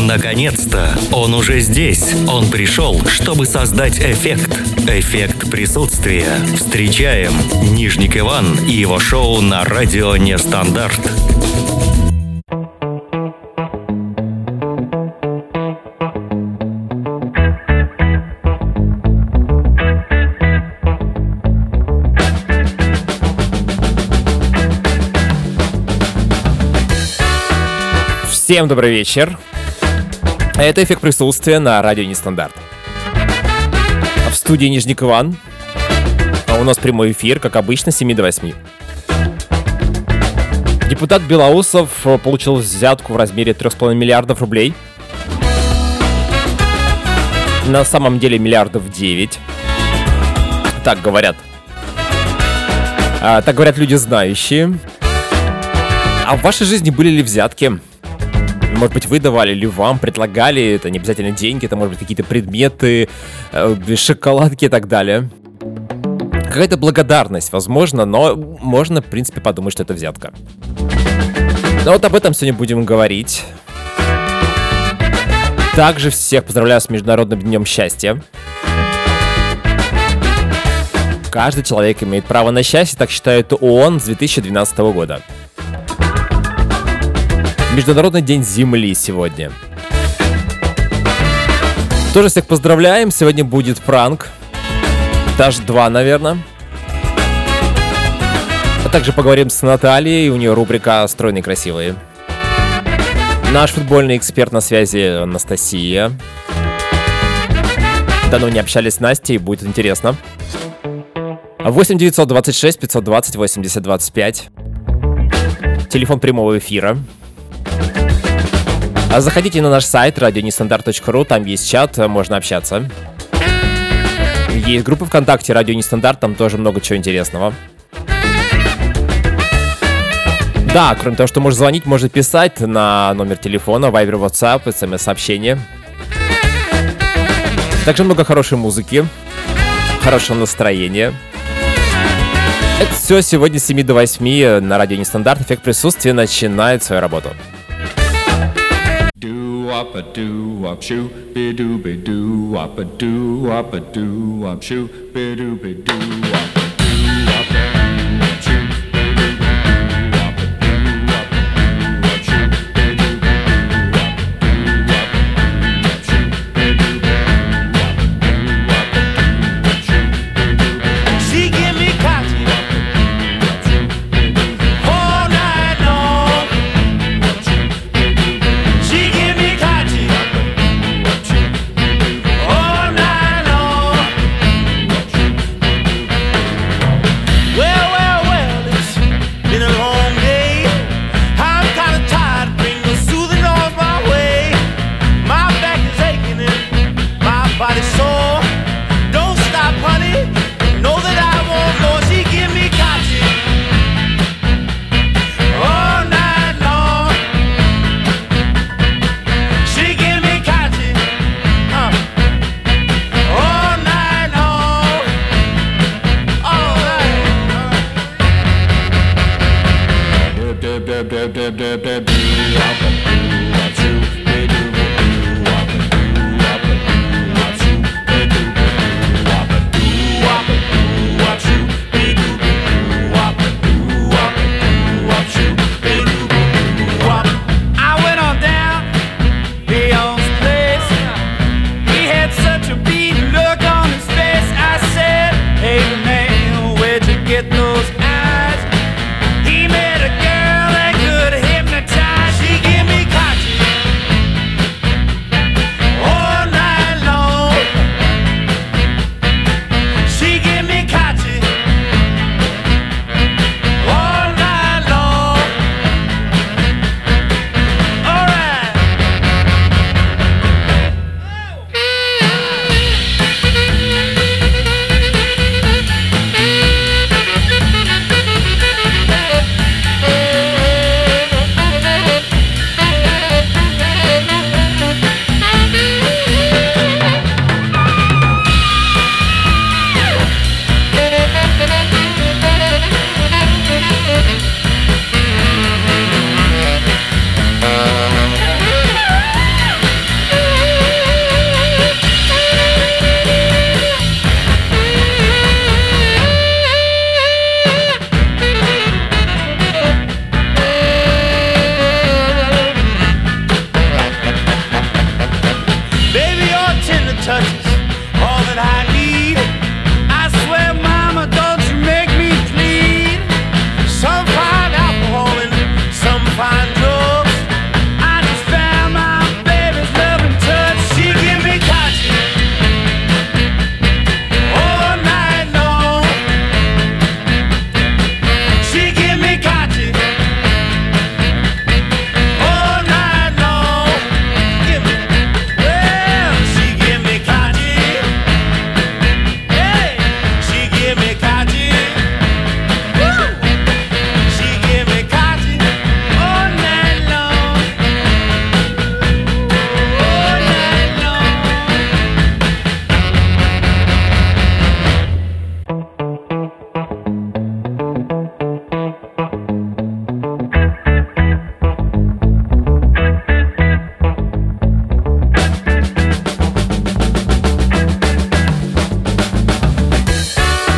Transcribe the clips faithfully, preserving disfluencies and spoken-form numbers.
Наконец-то! Он уже здесь. Он пришел, чтобы создать эффект. Эффект присутствия. Встречаем Нижник Иван и его шоу на радио Нестандарт. Всем добрый вечер. Это «Эффект присутствия» на радио Нестандарт. В студии Нижник Иван. А у нас прямой эфир, как обычно, с семи до восьми. Депутат Белоусов получил взятку в размере три с половиной миллиардов рублей. На самом деле миллиардов девять. Так говорят. А, так говорят люди знающие. А в вашей жизни были ли взятки? Может быть, вы давали или вам предлагали, это не обязательно деньги, это может быть какие-то предметы, шоколадки и так далее. Какая-то благодарность, возможно, но можно, в принципе, подумать, что это взятка. Но вот об этом сегодня будем говорить. Также всех поздравляю с Международным днем счастья. Каждый человек имеет право на счастье, так считает ООН с две тысячи двенадцатого года. Международный день Земли сегодня. Тоже всех поздравляем. Сегодня будет пранк. Этаж два, наверное. А также поговорим с Натальей. У нее рубрика «Стройные красивые». Наш футбольный эксперт на связи Анастасия. Давно не общались с Настей, будет интересно. восемь девятьсот двадцать шесть пятьсот двадцать восемьдесят двадцать пять. Телефон прямого эфира. Заходите на наш сайт радио нестандарт точка ру, там есть чат, можно общаться. Есть группа ВКонтакте «Радио Нестандарт», там тоже много чего интересного. Да, кроме того, что можно звонить, можно писать на номер телефона, Viber, WhatsApp, смс-сообщения. Также много хорошей музыки, хорошего настроения. Это все сегодня с семи до восьми на радио Нестандарт. Эффект присутствия начинает свою работу. Wop a doo wop shoo be doo be doo wop a doo wop a doo wop shoo be doo be doo wop a doo wop a doo wop shoo be doo be doo wop a doo wop a doo wop shoo be doo be doo wop a doo wop a doo wop shoo be doo be doo wop a doo wop a doo wop shoo be doo be doo. She give me cocky all night long. She give me all night long.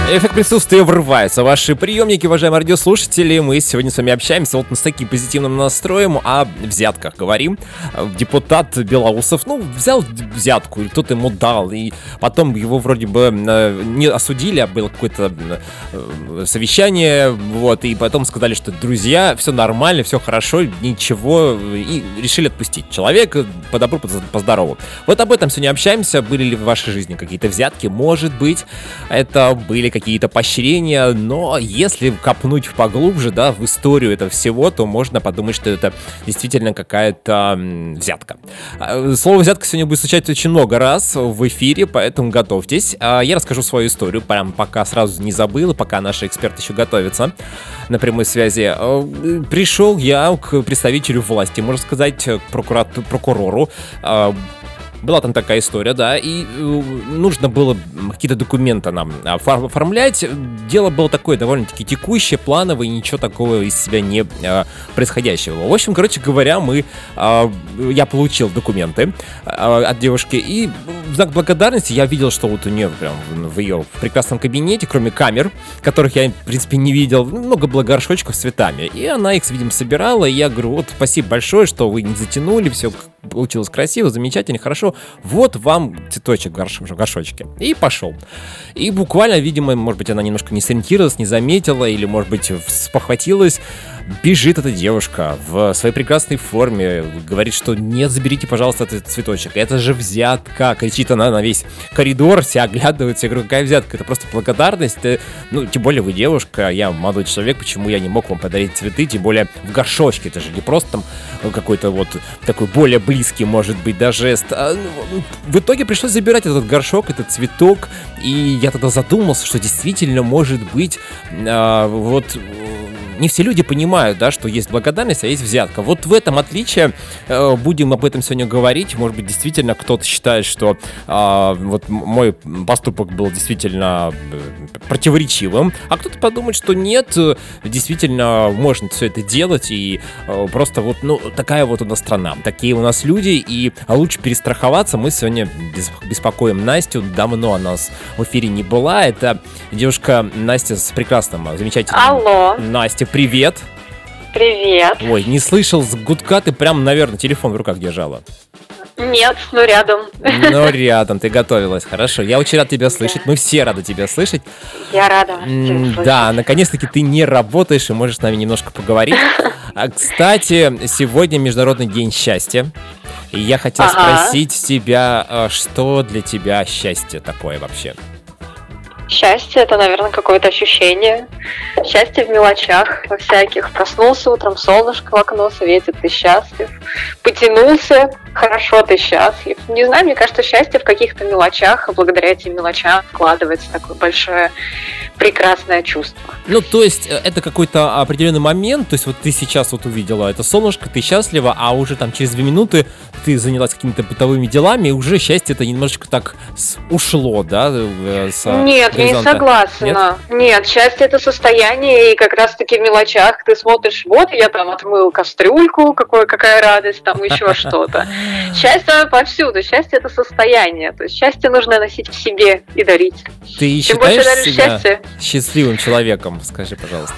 Эффект присутствия врывается в ваши приемники, уважаемые радиослушатели. Мы сегодня с вами общаемся вот с таким позитивным настроем о взятках говорим. Депутат Белоусов, ну, взял взятку, или кто-то ему дал, и потом его вроде бы не осудили, а было какое-то совещание, вот, и потом сказали, что, друзья, все нормально, все хорошо, ничего, и решили отпустить человека по добру, по здорову. Вот об этом сегодня общаемся. Были ли в вашей жизни какие-то взятки? Может быть, это были какие-то поощрения, но если копнуть поглубже, да, в историю этого всего, то можно подумать, что это действительно какая-то м, взятка. Слово «взятка» сегодня будет звучать очень много раз в эфире, поэтому готовьтесь. Я расскажу свою историю, прям пока сразу не забыл, пока наши эксперты еще готовятся на прямой связи. Пришел я к представителю власти, можно сказать, к прокурат- прокурору. Была там такая история, да, и э, нужно было какие-то документы нам оформлять. Дело было такое довольно-таки текущее, плановое, ничего такого из себя не э, происходящего. В общем, короче говоря, мы, э, я получил документы э, от девушки, и в знак благодарности я видел, что вот у нее прям в ее прекрасном кабинете, кроме камер, которых я, в принципе, не видел, много было горшочков с цветами. И она их, видимо, собирала, и я говорю, вот спасибо большое, что вы не затянули, все получилось красиво, замечательно, хорошо. Вот вам цветочек в горш... горшочке. И пошел. И буквально, видимо, может быть, она немножко не сориентировалась, не заметила, или, может быть, спохватилась. Бежит эта девушка в своей прекрасной форме, говорит, что нет, заберите, пожалуйста, этот цветочек. Это же взятка, кричит она на весь коридор, все оглядываются. Я говорю, какая взятка? Это просто благодарность. Ну, тем более вы девушка, я молодой человек, почему я не мог вам подарить цветы, тем более в горшочке. Это же не просто там какой-то вот такой более близкий, может быть, да, жест. А, ну, в итоге пришлось забирать этот горшок, этот цветок, и я тогда задумался, что действительно, может быть, а, вот... Не все люди понимают, да, что есть благодарность, а есть взятка. Вот в этом отличие, э, будем об этом сегодня говорить. Может быть, действительно кто-то считает, что э, вот мой поступок был действительно противоречивым, а кто-то подумает, что нет, действительно можно все это делать, и э, просто вот, ну, такая вот у нас страна, такие у нас люди, и лучше перестраховаться. Мы сегодня беспокоим Настю, давно она у нас в эфире не была. Это девушка Настя с прекрасным, замечательным... Алло. Настя, привет. Привет. Ой, не слышал с гудка, ты прям, наверное, телефон в руках держала. Нет, но рядом. Но рядом, ты готовилась, хорошо. Я очень рад тебя слышать, мы все рады тебя слышать. Я рада вас слышать. Да, наконец-таки ты не работаешь и можешь с нами немножко поговорить. А, кстати, сегодня Международный день счастья. И я хотел ага. спросить тебя, что для тебя счастье такое вообще? Счастье — это, наверное, какое-то ощущение. Счастье в мелочах, во всяких. Проснулся утром, солнышко в окно светит, ты счастлив. Потянулся, хорошо, ты счастлив. Не знаю, мне кажется, счастье в каких-то мелочах, и благодаря этим мелочам складывается такое большое, прекрасное чувство. Ну, то есть, это какой-то определенный момент, то есть, вот ты сейчас вот увидела это солнышко, ты счастлива, а уже там через две минуты ты занялась какими-то бытовыми делами, и уже счастье это немножечко так ушло, да? С Нет, горизонта. Я не согласна. Нет? Нет, счастье это состояние, и как раз-таки в мелочах ты смотришь, вот я там отмыл кастрюльку, какой, какая радость, там еще что-то. Счастье повсюду, счастье это состояние, то есть счастье нужно носить в себе и дарить. Ты Чем считаешь больше даришь себя счастье, счастливым человеком, скажи, пожалуйста.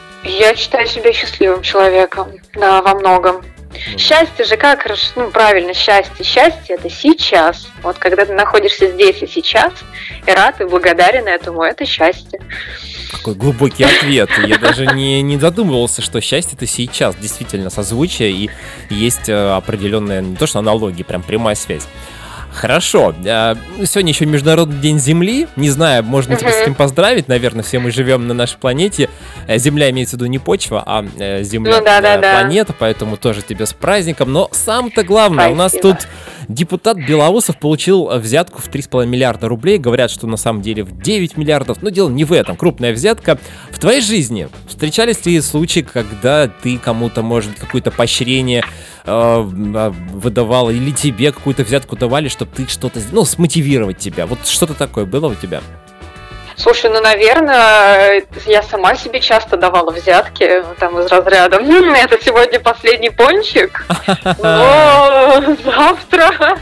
Я считаю себя счастливым человеком, да, во многом. Счастье же как, ну, правильно, счастье. Счастье это сейчас. Вот когда ты находишься здесь и сейчас, и рад, и благодарен этому, это счастье. Какой глубокий ответ. Я даже не, не задумывался, что счастье это сейчас. Действительно, созвучие, и есть определенная, не то что аналогия, прям прямая связь. Хорошо. Сегодня еще Международный день Земли. Не знаю, можно uh-huh. тебя с этим поздравить. Наверное, все мы живем на нашей планете. Земля имеется в виду не почва, а Земля, ну, да, да, планета. Да. Поэтому тоже тебя с праздником. Но самое-то главное, Спасибо. У нас тут депутат Белоусов получил взятку в три с половиной миллиарда рублей. Говорят, что на самом деле в девять миллиардов. Но дело не в этом. Крупная взятка. В твоей жизни встречались ли случаи, когда ты кому-то, может, какое-то поощрение э, выдавал, или тебе какую-то взятку давали, чтобы ты что-то, ну, смотивировать тебя? Вот что-то такое было у тебя? Слушай, ну, наверное, я сама себе часто давала взятки, там, из разряда, это сегодня последний пончик, но завтра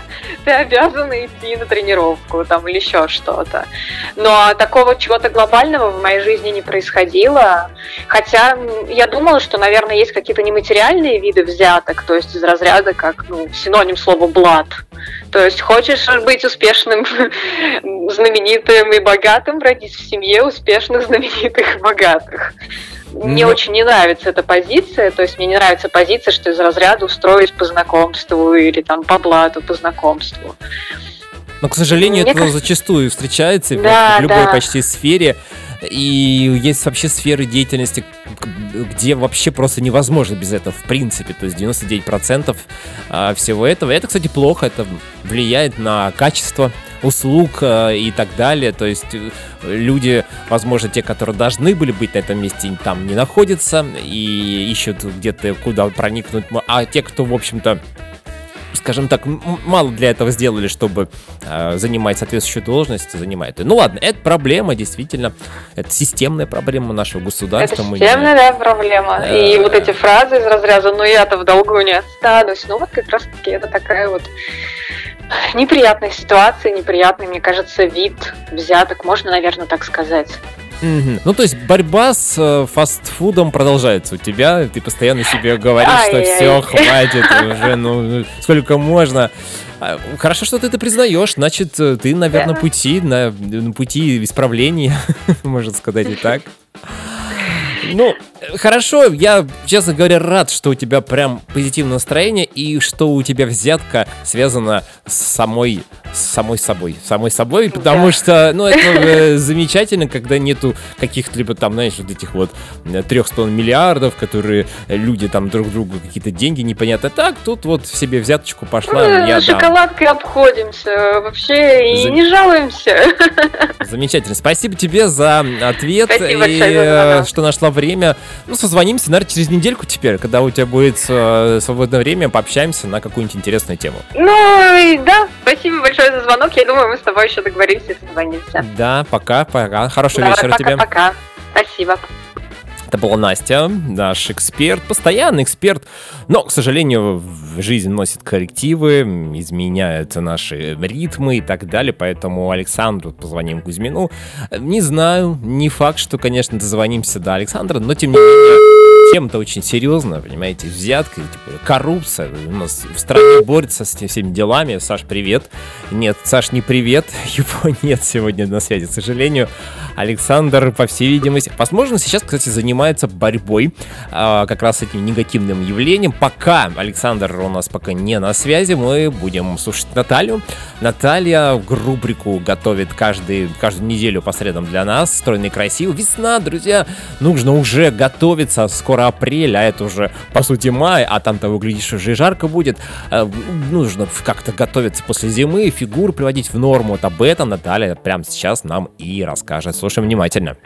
ты обязана идти на тренировку там, или еще что-то. Но такого чего-то глобального в моей жизни не происходило. Хотя я думала, что, наверное, есть какие-то нематериальные виды взяток, то есть из разряда как ну, синоним слова «блат». То есть хочешь быть успешным, знаменитым и богатым, родись в семье успешных, знаменитых и богатых. Мне Но... очень не нравится эта позиция, то есть мне не нравится позиция, что из разряда устроить по знакомству или там по блату по знакомству. Но, к сожалению, Мне это кажется... зачастую встречается да, в любой да. почти сфере. И есть вообще сферы деятельности, где вообще просто невозможно без этого, в принципе. То есть девяносто девять процентов всего этого. И это, кстати, плохо. Это влияет на качество услуг и так далее. То есть люди, возможно, те, которые должны были быть на этом месте, там не находятся и ищут где-то куда проникнуть. А те, кто, в общем-то, скажем так, мало для этого сделали, чтобы э, занимать соответствующую должность, занимает. Ну ладно, это проблема, действительно, это системная проблема нашего государства. Это системная, да, проблема. Э-э- И вот эти фразы из разряда «ну я-то в долгу не останусь», ну вот как раз-таки это такая вот неприятная ситуация, неприятный, мне кажется, вид взяток, можно, наверное, так сказать. Mm-hmm. Ну, то есть борьба с э, фастфудом продолжается у тебя, ты постоянно себе говоришь, что все, хватит уже, ну, сколько можно. Хорошо, что ты это признаешь, значит, ты на верном yeah. пути, на, на пути исправления, можно сказать и так. Ну, хорошо, я, честно говоря, рад, что у тебя прям позитивное настроение и что у тебя взятка связана с самой, с самой собой, самой собой, потому да. что, ну, это замечательно, когда нету каких-то либо там, знаешь, вот этих вот трех с половиной миллиардов, которые люди там друг другу какие-то деньги непонятно. Так, тут вот в себе взяточку пошла, ну, я шоколадкой дам. Обходимся вообще и За... не жалуемся. Замечательно. Спасибо тебе за ответ. Спасибо и большое, что нашла время. Ну, созвонимся, наверное, через недельку теперь, когда у тебя будет э, свободное время, пообщаемся на какую-нибудь интересную тему. Ну, да, спасибо большое за звонок. Я думаю, мы с тобой еще договоримся и созвонимся. Да, пока, пока. Хорошего Давай, вечера пока, тебе. Пока, спасибо. Это была Настя, наш эксперт, постоянный эксперт, но, к сожалению, жизнь носит коррективы, изменяются наши ритмы и так далее, поэтому Александру позвоним Кузьмину. Не знаю, не факт, что, конечно, дозвонимся до Александра, но, тем не менее, тема-то очень серьезная, понимаете, взятка, типа, коррупция, у нас в стране борется с этими всеми делами. Саш, привет. Нет, Саш, не привет, его нет сегодня на связи, к сожалению. Александр, по всей видимости, возможно, сейчас, кстати, занимается борьбой а, как раз с этим негативным явлением. Пока Александр у нас пока не на связи, мы будем слушать Наталью. Наталья в рубрику готовит каждый, каждую неделю по средам для нас, стройно и красиво. Весна, друзья, нужно уже готовиться, скоро апрель, а это уже, по сути, май, а там того, глядишь, уже и жарко будет. А, нужно как-то готовиться после зимы, фигуру приводить в норму. Вот об этом Наталья прямо сейчас нам и расскажет. Слушаем внимательно.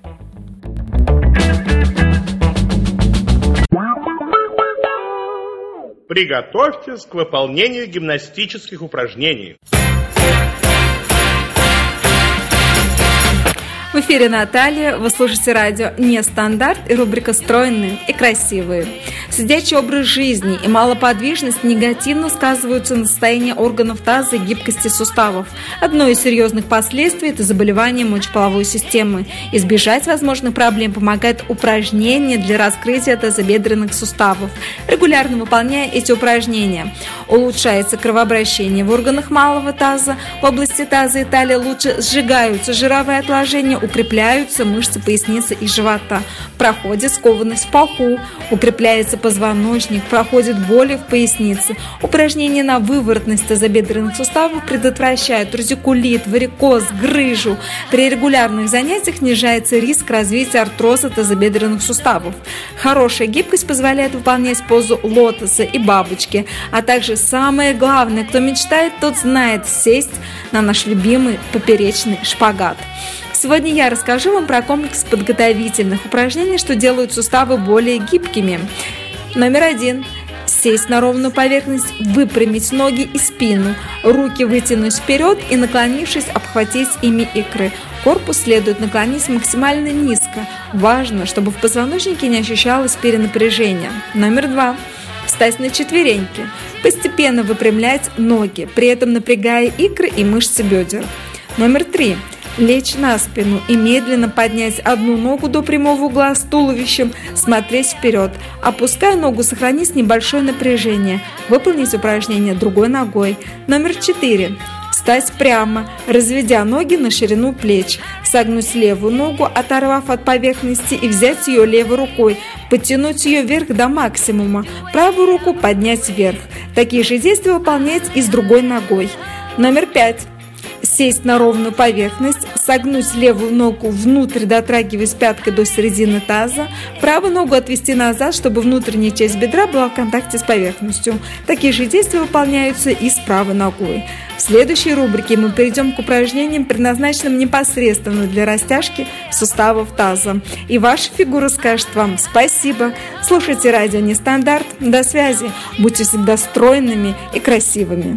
Приготовьтесь к выполнению гимнастических упражнений. В эфире Наталья, вы слушаете радио «Нестандарт» и рубрика «Стройные и красивые». Сидячий образ жизни и малоподвижность негативно сказываются на состоянии органов таза и гибкости суставов. Одно из серьезных последствий – это заболевание мочеполовой системы. Избежать возможных проблем помогает упражнение для раскрытия тазобедренных суставов. Регулярно выполняя эти упражнения, улучшается кровообращение в органах малого таза, в области таза и талии лучше сжигаются жировые отложения, укрепляются мышцы поясницы и живота, проходит скованность в паху, укрепляется позвоночник, проходит боли в пояснице. Упражнения на выворотность тазобедренных суставов предотвращают радикулит, варикоз, грыжу. При регулярных занятиях снижается риск развития артроза тазобедренных суставов. Хорошая гибкость позволяет выполнять позу лотоса и бабочки, а также самое главное, кто мечтает, тот знает, сесть на наш любимый поперечный шпагат. Сегодня я расскажу вам про комплекс подготовительных упражнений, что делают суставы более гибкими. Номер один. Сесть на ровную поверхность, выпрямить ноги и спину, руки вытянуть вперед и, наклонившись, обхватить ими икры. Корпус следует наклонить максимально низко. Важно, чтобы в позвоночнике не ощущалось перенапряжения. Номер два. Встать на четвереньки. Постепенно выпрямлять ноги, при этом напрягая икры и мышцы бедер. Номер три. Лечь на спину и медленно поднять одну ногу до прямого угла с туловищем, смотреть вперед. Опуская ногу, сохранить небольшое напряжение. Выполнить упражнение другой ногой. Номер четыре. Встать прямо, разведя ноги на ширину плеч. Согнуть левую ногу, оторвав от поверхности, и взять ее левой рукой. Подтянуть ее вверх до максимума. Правую руку поднять вверх. Такие же действия выполнять и с другой ногой. Номер пять. Сесть на ровную поверхность, согнуть левую ногу внутрь, дотрагиваясь пяткой до середины таза, правую ногу отвести назад, чтобы внутренняя часть бедра была в контакте с поверхностью. Такие же действия выполняются и с правой ногой. В следующей рубрике мы перейдем к упражнениям, предназначенным непосредственно для растяжки суставов таза. И ваша фигура скажет вам спасибо. Слушайте радио Нестандарт. До связи. Будьте всегда стройными и красивыми.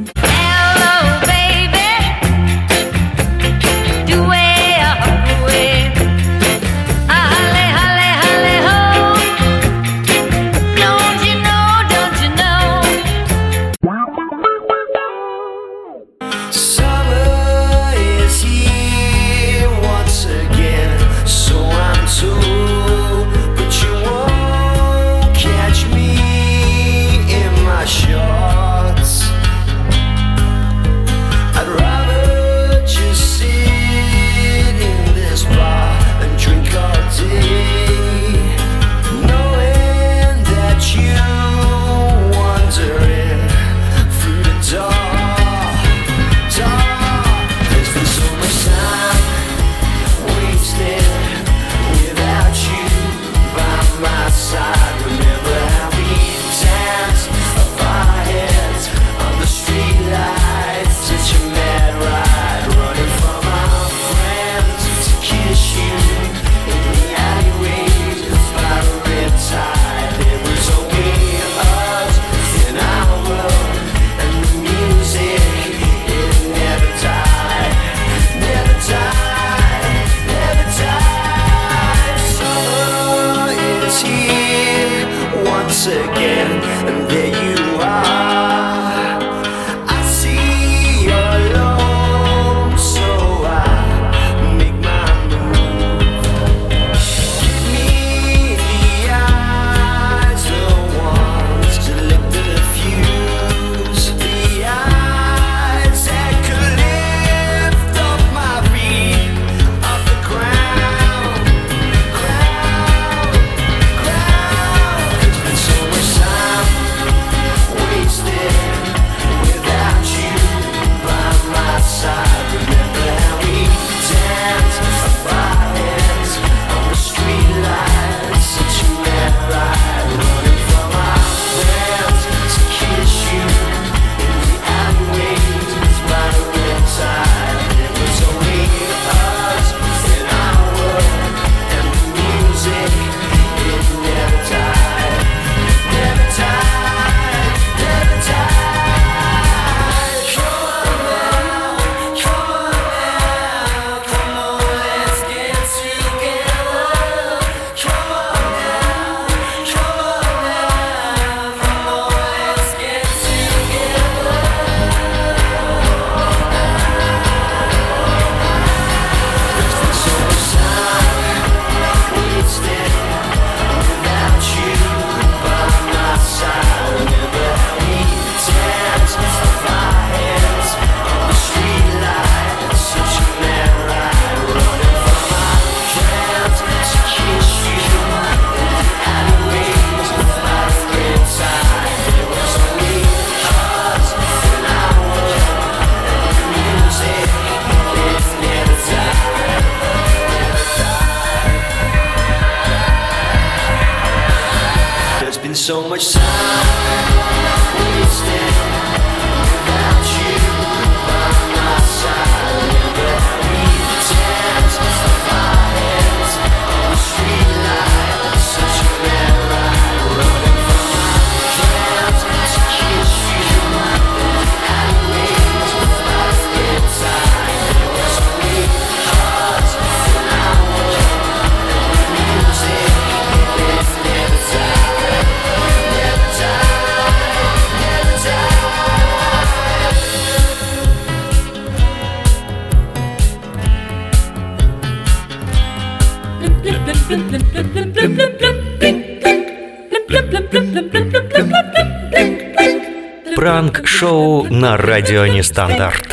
Пранк-шоу на радио Нестандарт.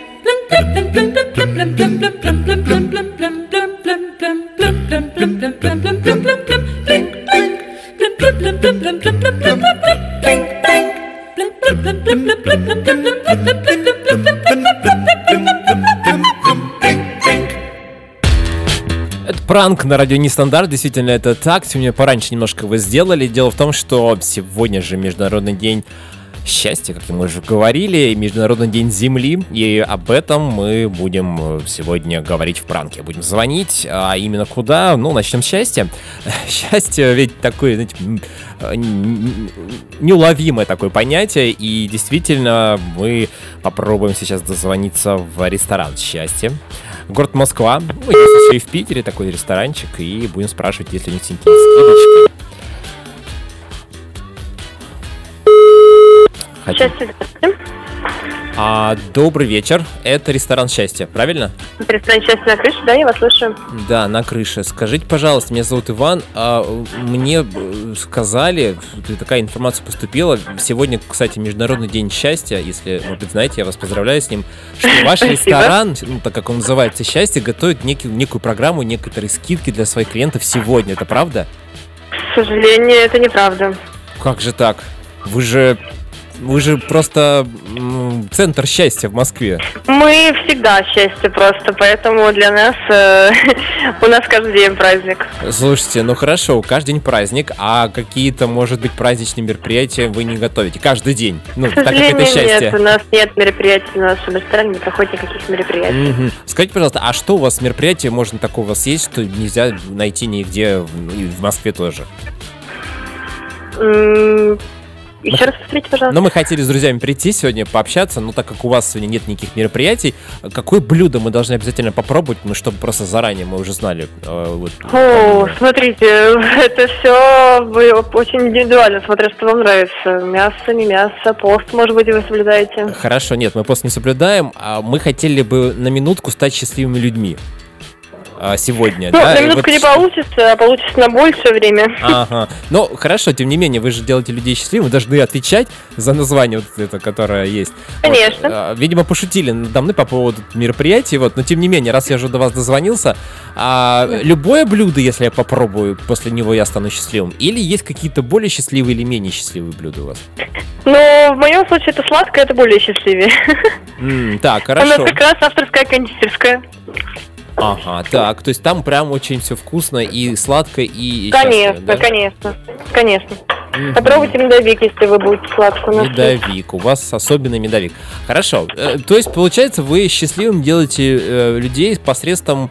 Это пранк на радио Нестандарт, действительно это так. Сегодня пораньше немножко вы сделали. Дело в том, что сегодня же Международный день счастья, как мы уже говорили, Международный день Земли, и об этом мы будем сегодня говорить в пранке. Будем звонить, а именно куда? Ну, начнем с счастья. Счастье ведь такое, знаете, неуловимое такое понятие, и действительно мы попробуем сейчас дозвониться в ресторан счастья. Город Москва, ну, есть еще и в Питере такой ресторанчик, и будем спрашивать, есть ли у них какие-то скидочки. Счастье, здравствуйте. А, добрый вечер. Это ресторан «Счастье», правильно? Это ресторан «Счастье» на крыше, да, я вас слушаю. Да, на крыше. Скажите, пожалуйста, меня зовут Иван. А, мне сказали, такая информация поступила. Сегодня, кстати, Международный день счастья. Если, может быть, знаете, я вас поздравляю с ним. Что ваш ресторан, ну, так как он называется «Счастье», готовит некий, некую программу, некоторые скидки для своих клиентов сегодня. Это правда? К сожалению, это неправда. Как же так? Вы же... Вы же просто м, центр счастья в Москве. Мы всегда счастье просто, поэтому для нас э, у нас каждый день праздник. Слушайте, ну хорошо, каждый день праздник, а какие-то, может быть, праздничные мероприятия вы не готовите каждый день? Ну, К так как сожалению, это счастье. нет, у нас нет мероприятий, у нас в ресторане не проходит никаких мероприятий. Угу. Скажите, пожалуйста, а что у вас мероприятие, можно такого у вас есть, что нельзя найти нигде, в, и в Москве тоже? М- Еще раз повторите, пожалуйста. Но мы хотели с друзьями прийти сегодня, пообщаться, но так как у вас сегодня нет никаких мероприятий, какое блюдо мы должны обязательно попробовать, ну, чтобы просто заранее мы уже знали? Э, вот, О, смотрите, это все очень индивидуально, смотря что вам нравится. Мясо, не мясо, пост, может быть, вы соблюдаете. Хорошо, нет, мы пост не соблюдаем, а мы хотели бы на минутку стать счастливыми людьми. Сегодня, ну, да? на минутку вот... не получится, а получится на большее время. Ага. Ну, хорошо, тем не менее, вы же делаете людей счастливыми, вы должны отвечать за название вот это, которое есть. Конечно. Вот, видимо, пошутили надо мной по поводу мероприятий, вот, но тем не менее, раз я уже до вас дозвонился, а, любое блюдо, если я попробую, после него я стану счастливым, или есть какие-то более счастливые или менее счастливые блюда у вас? Ну, в моем случае это сладкое, это более счастливее. Mm, так, хорошо. У нас как раз авторская кондитерская. Ага, так, то есть там прям очень все вкусно и сладко, и конечно, счастливо, да? конечно, конечно. Mm-hmm. Попробуйте медовик, если вы будете сладкую. Медовик, у вас особенный медовик. Хорошо, э, то есть получается вы счастливым делаете э, людей посредством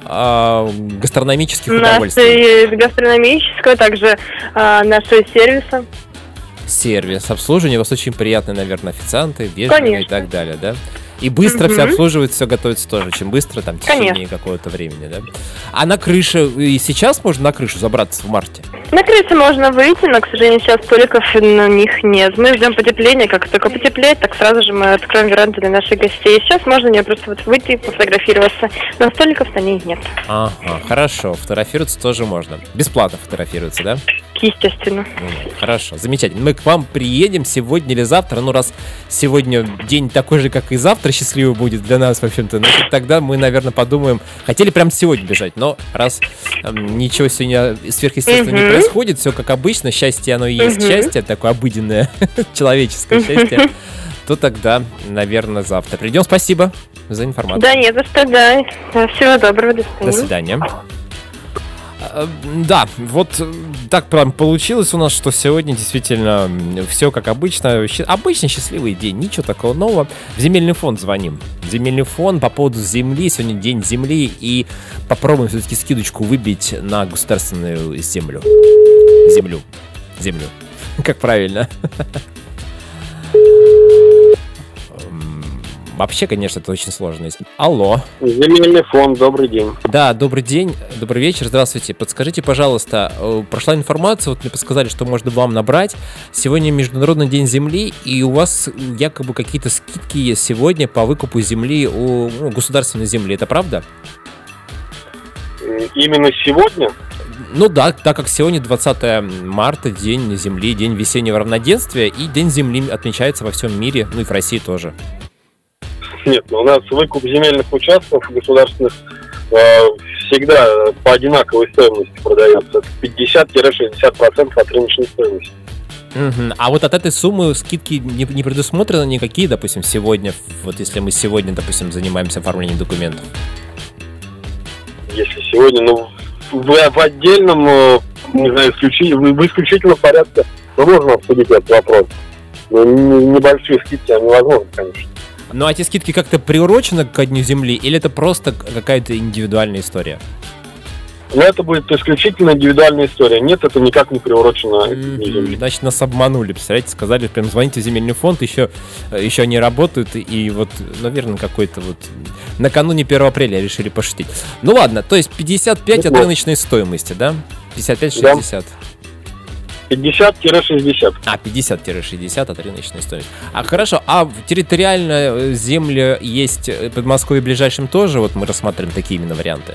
э, гастрономических удовольствий. Нашей гастрономического, также э, нашего сервиса. Сервис, обслуживание у вас очень приятное, наверное, официанты, вежливые Конечно. И так далее, да? И быстро Угу. все обслуживается, все готовится тоже. Чем быстро, там, в течение Конечно. какого-то времени, да? А на крыше, и сейчас можно на крышу забраться в марте? На крыше можно выйти, но, к сожалению, сейчас столиков на них нет. Мы ждем потепления, как только потеплеет, так сразу же мы откроем веранду для наших гостей. Сейчас можно не просто вот выйти, пофотографироваться, но столиков на ней нет. Ага, хорошо, фотографироваться тоже можно. Бесплатно фотографироваться, да? Естественно. Хорошо, замечательно. Мы к вам приедем сегодня или завтра. Ну, раз сегодня день такой же, как и завтра, счастливый будет для нас, в общем-то, значит, тогда мы, наверное, подумаем. Хотели прямо сегодня бежать, но раз эм, ничего сегодня сверхъестественного Угу. не происходит, все как обычно, счастье оно и есть Угу. счастье, такое обыденное человеческое счастье, то тогда, наверное, завтра придем. Спасибо за информацию. Да, не за что, да. Всего доброго, до До свидания. свидания. А, Да, вот э, так прям получилось у нас, что сегодня действительно все как обычно. Щ- Обычный счастливый день, ничего такого нового. В земельный фонд звоним. Земельный фонд по поводу земли. Сегодня день земли. И попробуем все-таки скидочку выбить на государственную землю. Землю. Землю. Как правильно. М, Вообще, конечно, это очень сложно. Если- Алло. Земельный фонд, добрый день. Да, добрый день, добрый вечер, здравствуйте. Подскажите, пожалуйста, э, прошла информация, вот мне подсказали, что можно вам набрать. Сегодня Международный день земли, и у вас якобы какие-то скидки есть сегодня по выкупу земли у ну, государственной земли. Это правда? Именно сегодня? Ну да, так как сегодня двадцатое марта, День Земли, День весеннего равноденствия, и День Земли отмечается во всем мире, ну и в России тоже. Нет, ну, у нас выкуп земельных участков государственных э, всегда по одинаковой стоимости продается. пятьдесят-шестьдесят процентов от рыночной стоимости. Угу. А вот от этой суммы скидки не, не предусмотрены никакие, допустим, сегодня, вот если мы сегодня, допустим, занимаемся оформлением документов? Если сегодня, ну, в, в отдельном, не знаю, исключи, в, в исключительном порядке, мы можем обсудить этот вопрос. Но небольшие скидки, они возможны, конечно. Ну а эти скидки как-то приурочены ко Дню Земли, или это просто какая-то индивидуальная история? Но это будет исключительно индивидуальная история. Нет, это никак не приурочено к Дню Земли. Значит, нас обманули, представляете, сказали, прям звоните в земельный фонд, еще, еще они работают, и вот, наверное, какой-то вот накануне первого апреля решили пошутить. Ну ладно, то есть пятьдесят пять от рыночной стоимости, да? пятьдесят пять шестьдесят. пятьдесят-шестьдесят. А, пятьдесят-шестьдесят от рыночной стоимости. А, хорошо, а территориально земли есть Подмосковье ближайшим тоже? Вот мы рассматриваем такие именно варианты.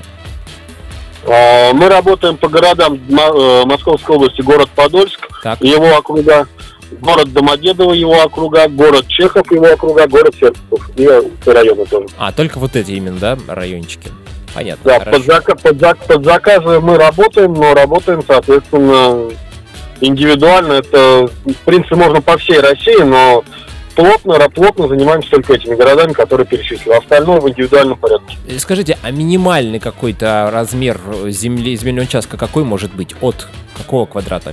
Мы работаем по городам Московской области, город Подольск, так. Его округа, город Домодедово, его округа, город Чехов, его округа, город Серпухов и районы тоже. А, только вот эти именно, да, райончики? Понятно. Да, под, зака- под, зак- под заказы мы работаем, но работаем, соответственно, индивидуально. Это, в принципе, можно по всей России, но плотно, плотно занимаемся только этими городами, которые перечислил. Остальное в индивидуальном порядке. Скажите, а минимальный какой-то размер земли, земельного участка какой может быть? От какого квадрата?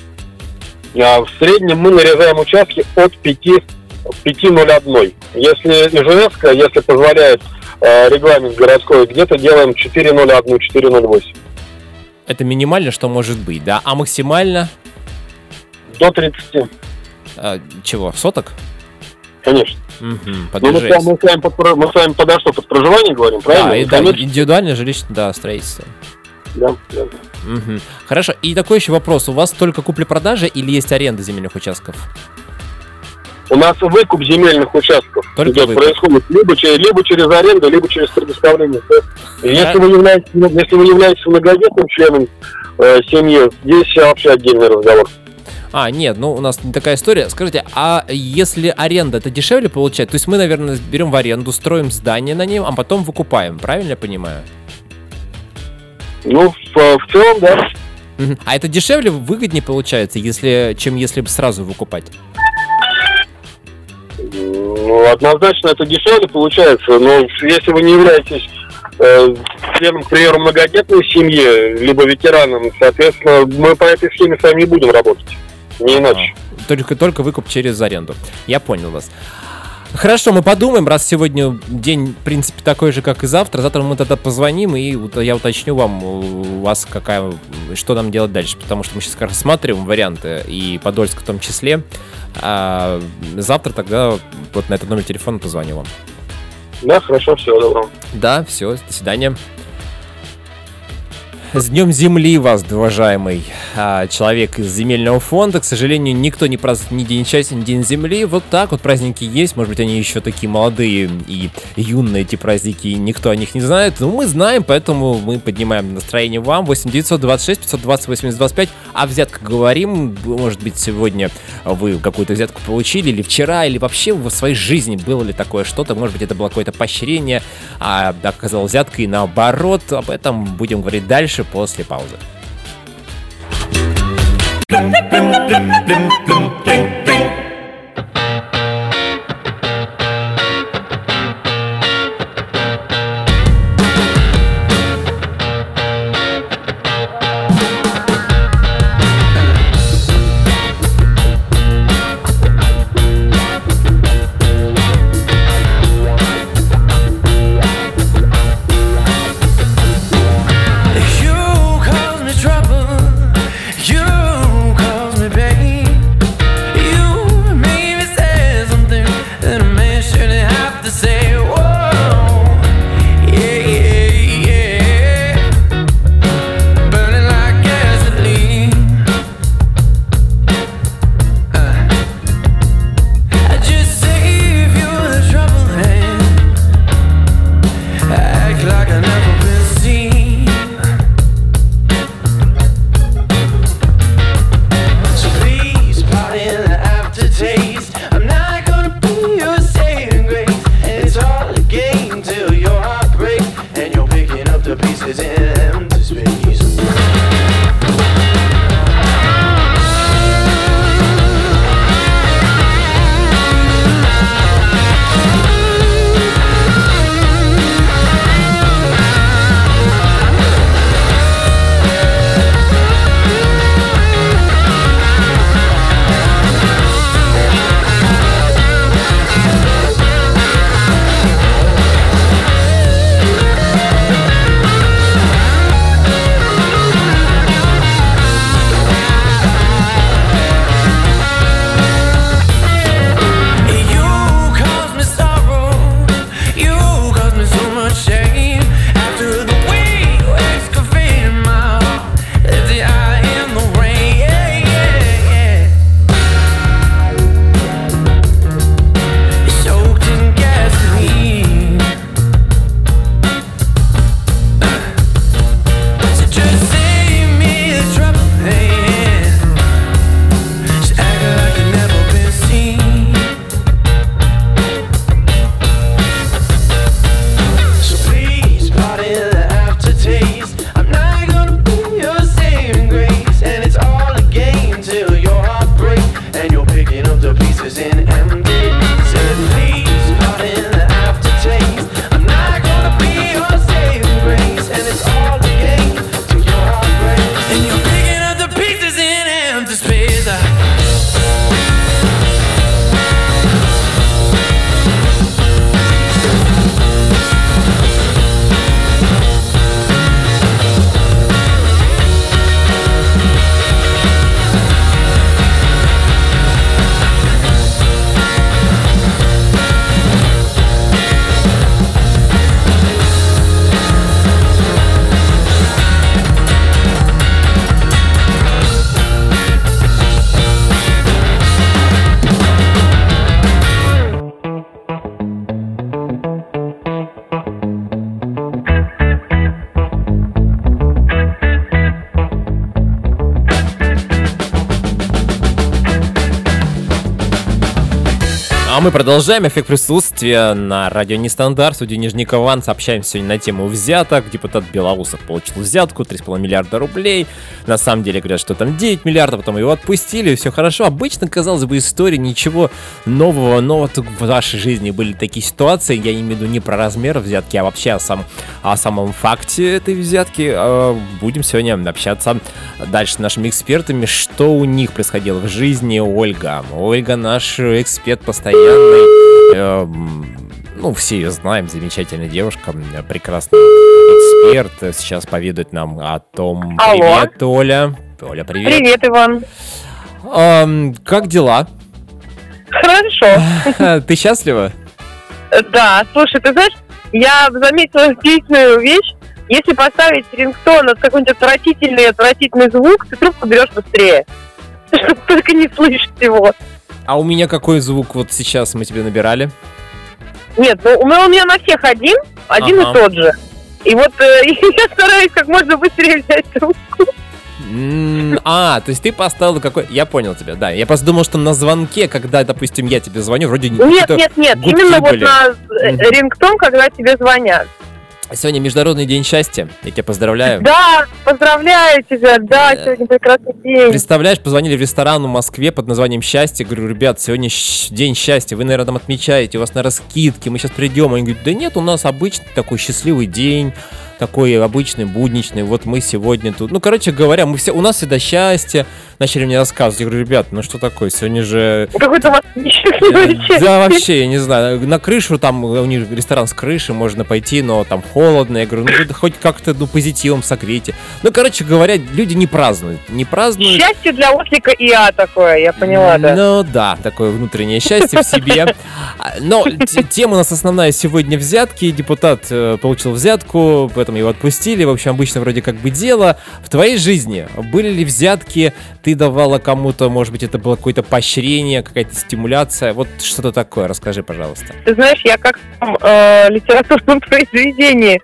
А в среднем мы нарезаем участки от пяти ноль один. Если ИЖС, если позволяет э, регламент городской, где-то делаем четыре ноль один, четыре ноль восемь. Это минимально, что может быть, да? А максимально? До тридцати. А, чего, соток? Конечно. Угу, ну, мы, с вами, мы, с вами под, мы с вами подо что, под проживание говорим, правильно? Да, и, да, индивидуальное жилищное, да, строительство. Да, да. Угу. Хорошо, и такой еще вопрос. У вас только купли-продажи или есть аренда земельных участков? У нас выкуп земельных участков идет, происходит либо через, либо через аренду, либо через предоставление. Если вы являетесь, если вы являетесь многодетным членом э, семьи, здесь вообще отдельный разговор. А, нет, ну у нас не такая история. Скажите, а если аренда, это дешевле получать? То есть мы, наверное, берем в аренду, строим здание на нем, а потом выкупаем, правильно я понимаю? Ну, в, в целом, да. Uh-huh. А это дешевле, выгоднее получается, если, чем если бы сразу выкупать? Ну, однозначно это дешевле получается, но если вы не являетесь э, членом, к примеру, многодетной семьи, либо ветераном, соответственно, мы по этой схеме с вами не будем работать. Не иначе. А, только, только выкуп через аренду. Я понял вас. Хорошо, мы подумаем, раз сегодня день, в принципе, такой же, как и завтра. Завтра мы тогда позвоним, и я уточню вам, у вас какая, что нам делать дальше. Потому что мы сейчас рассматриваем варианты, и Подольск в том числе. А завтра тогда вот на этот номер телефона позвоню вам. Да, хорошо, всего доброго. Да, все, до свидания. С Днем Земли вас, уважаемый а, человек из земельного фонда. К сожалению, никто не празднует ни День счастья, ни День Земли. Вот так вот праздники есть. Может быть, они еще такие молодые и юные, эти праздники, и никто о них не знает. Но мы знаем, поэтому мы поднимаем настроение вам. восемь девятьсот двадцать шесть пятьсот двадцать восемьдесят двадцать пять. О взятках говорим. Может быть, сегодня вы какую-то взятку получили, или вчера, или вообще в своей жизни было ли такое что-то. Может быть, это было какое-то поощрение, а оказалось взяткой, и наоборот. Об этом будем говорить дальше, после паузы. You Мы продолжаем эффект присутствия на радио Нестандарт. В студии Нижний Кован. Общаемся сегодня на тему взяток. Депутат Белоусов получил взятку три с половиной миллиарда рублей. На самом деле говорят, что там девять миллиардов, потом его отпустили, все хорошо. Обычно, казалось бы, история, ничего нового, но вот в вашей жизни были такие ситуации, я имею в виду не про размер взятки, а вообще о, сам, о самом факте этой взятки. Будем сегодня общаться дальше с нашими экспертами, что у них происходило в жизни. Ольга. Ольга наш эксперт постоянный. Э, ну, все ее знаем, замечательная девушка, прекрасный эксперт. Сейчас поведает нам о том. Алло. Привет, Оля. Оля, привет. Привет, Иван. Э, как дела? Хорошо. Ты счастлива? Да, слушай, ты знаешь, я заметила удивительную вещь. Если поставить рингтон от какой-нибудь отвратительный, отвратительный звук, ты трубку берешь быстрее, чтобы только не слышать его. А у меня какой звук вот сейчас мы тебе набирали? Нет, ну у меня, у меня на всех один, один Ага. и тот же. И вот э, я стараюсь как можно быстрее взять трубку. М, А, то есть ты поставил какой... Я понял тебя, да. Я просто думал, что на звонке, когда, допустим, я тебе звоню, вроде не Нет, нет, нет, гудки именно вот были. на э, Мгм. рингтон, когда тебе звонят. Сегодня Международный день счастья. Я тебя поздравляю. Да, поздравляю тебя, да, Э, сегодня прекрасный день. Представляешь, позвонили в ресторан в Москве под названием «Счастье». Говорю, ребят, сегодня щ- день счастья. Вы, наверное, там отмечаете, у вас, наверное, скидки. Мы сейчас придем. Они говорят, да нет, у нас обычный такой счастливый день. Такой обычный, будничный. Вот мы сегодня тут. Ну, короче говоря, мы все, у нас всегда счастье. Начали мне рассказывать. Я говорю, ребят, ну что такое? Сегодня же... Какой-то у вас несчастливый Э, день. Да, вообще, я не знаю. На крышу там, у них ресторан с крыши, можно пойти, но там холодно. Я говорю, ну вы хоть как-то ну, позитивом согрейте. Ну, короче говоря, люди не празднуют. Не празднуют. Счастье для ослика ИА такое, я поняла, да. Ну да, такое внутреннее счастье в себе. А, Но т- тема у нас основная сегодня взятки. Депутат э, получил взятку, поэтому его отпустили. В общем, обычно вроде как бы дело. В твоей жизни были ли взятки? Ты давала кому-то, может быть, это было какое-то поощрение, какая-то стимуляция? Вот что-то такое. Расскажи, пожалуйста. Ты знаешь, я как в том, э, литературном произведении,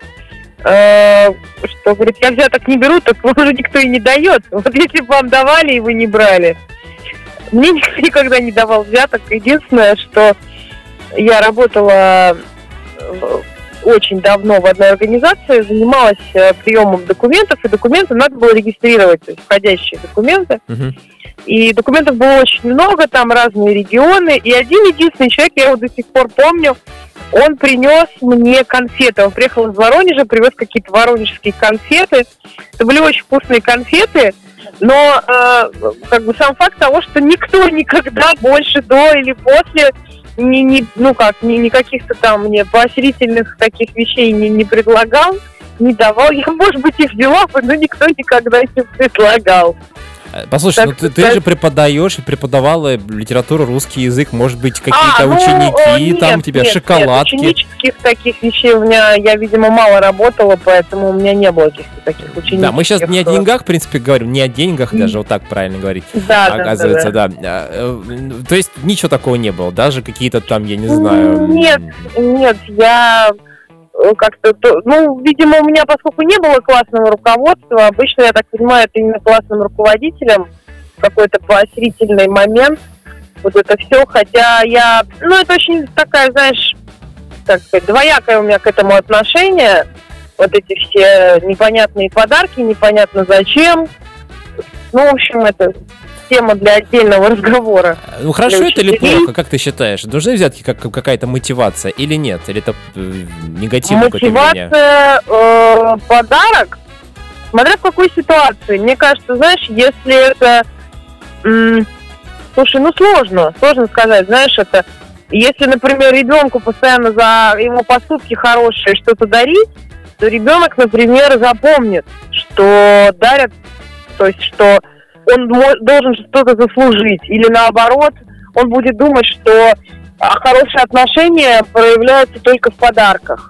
э, что, говорит, я взяток не беру, так вам уже никто и не дает. Вот если бы вам давали, и вы не брали. Мне никто никогда не давал взяток. Единственное, что я работала в- очень давно в одной организации, занималась э, приемом документов, и документы надо было регистрировать, то есть входящие документы. Мгм. И документов было очень много, там разные регионы. И один единственный человек, я его до сих пор помню, он принес мне конфеты. Он приехал из Воронежа, привез какие-то воронежские конфеты. Это были очень вкусные конфеты. Но э, как бы сам факт того, что никто никогда больше до или после ни, ни, ну как, ни, ни каких-то там мне поощрительных таких вещей не, не предлагал, не давал. Я, может быть, их взяла бы, но никто никогда не предлагал. Э, Послушай, Так ну ты, ты сказать- же преподаешь и преподавала литературу, русский язык, может быть, какие-то А, ну, ученики, э, там у нет, тебя нет, шоколадки. Нет, ученических таких вещей у меня, я, видимо, мало работала, поэтому у меня не было каких-то таких ученических. Да, мы сейчас не о э, деньгах, в принципе, говорим, не о деньгах даже, вот так правильно говорить. Да, да, Оказывается, да, да. А, э, То есть ничего такого не было, даже какие-то там, я не знаю... Нет. да. Нет, я э, как-то, то- ну, видимо, у меня, поскольку не было классного руководства, обычно, я так понимаю, это именно классным руководителем какой-то поощрительный момент, вот это все, хотя я, ну, это очень такая, знаешь, так сказать, двоякое у меня к этому отношение, вот эти все непонятные подарки, непонятно зачем, ну, в общем, это тема для отдельного разговора. Ну хорошо для это или учителей. плохо, как ты считаешь? Должны взятки как какая-то мотивация или нет? Или это э, негативное какое-то мнение? Мотивация, э, подарок, смотря в какой ситуации. Мне кажется, знаешь, если это... м, слушай, ну сложно, сложно сказать, знаешь, это... Если, например, ребенку постоянно за его поступки хорошие что-то дарить, то ребенок, например, запомнит, что дарят, то есть, что он мо- должен что-то заслужить. Или наоборот, он будет думать, что а, хорошие отношения проявляются только в подарках.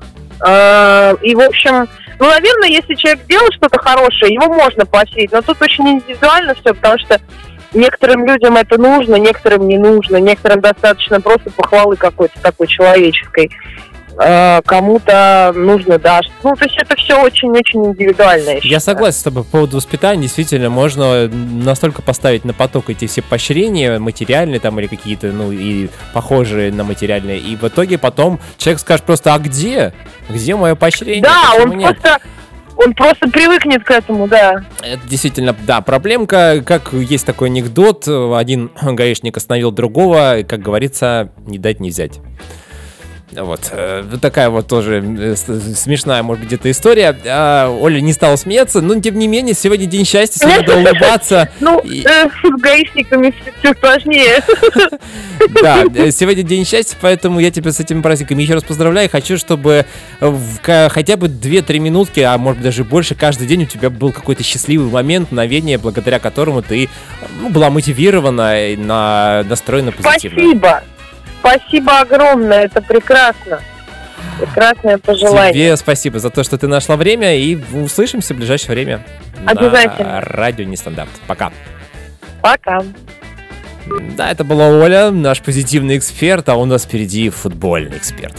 Э, И, в общем, ну, наверное, если человек делает что-то хорошее, его можно поощрить. Но тут очень индивидуально все, потому что некоторым людям это нужно, некоторым не нужно, некоторым достаточно просто похвалы какой-то такой человеческой. э, кому-то нужно, да. Ну, то есть это все очень-очень индивидуально. Я, Я считаю. согласен с тобой по поводу воспитания. Действительно, можно настолько поставить на поток эти все поощрения, материальные там или какие-то, ну, и похожие на материальные. И в итоге потом человек скажет просто, а где? Где мое поощрение? Да, Почему он нет? просто, он просто привыкнет к этому, да. Это действительно, да, проблемка. Как есть такой анекдот, один гаишник остановил другого, и, как говорится, не дать не взять. Вот, э, такая вот тоже э, с- смешная, может быть, где-то история. А, Оля не стала смеяться, но, тем не менее, сегодня день счастья, сегодня надо улыбаться. Ну, И- э, с гаишниками все сложнее. Да, э, сегодня день счастья, поэтому я тебя с этими праздниками еще раз поздравляю. Хочу, чтобы в ка- хотя бы две-три минутки, а может быть даже больше, каждый день у тебя был какой-то счастливый момент, мгновение, благодаря которому ты, ну, была мотивирована и на, настроена позитивно. Спасибо. Спасибо огромное, это прекрасно. Прекрасное пожелание. Тебе спасибо за то, что ты нашла время, и услышимся в ближайшее время Обязательно. на радио Нестандарт. Пока. Пока. Да, это была Оля, наш позитивный эксперт, а у нас впереди футбольный эксперт.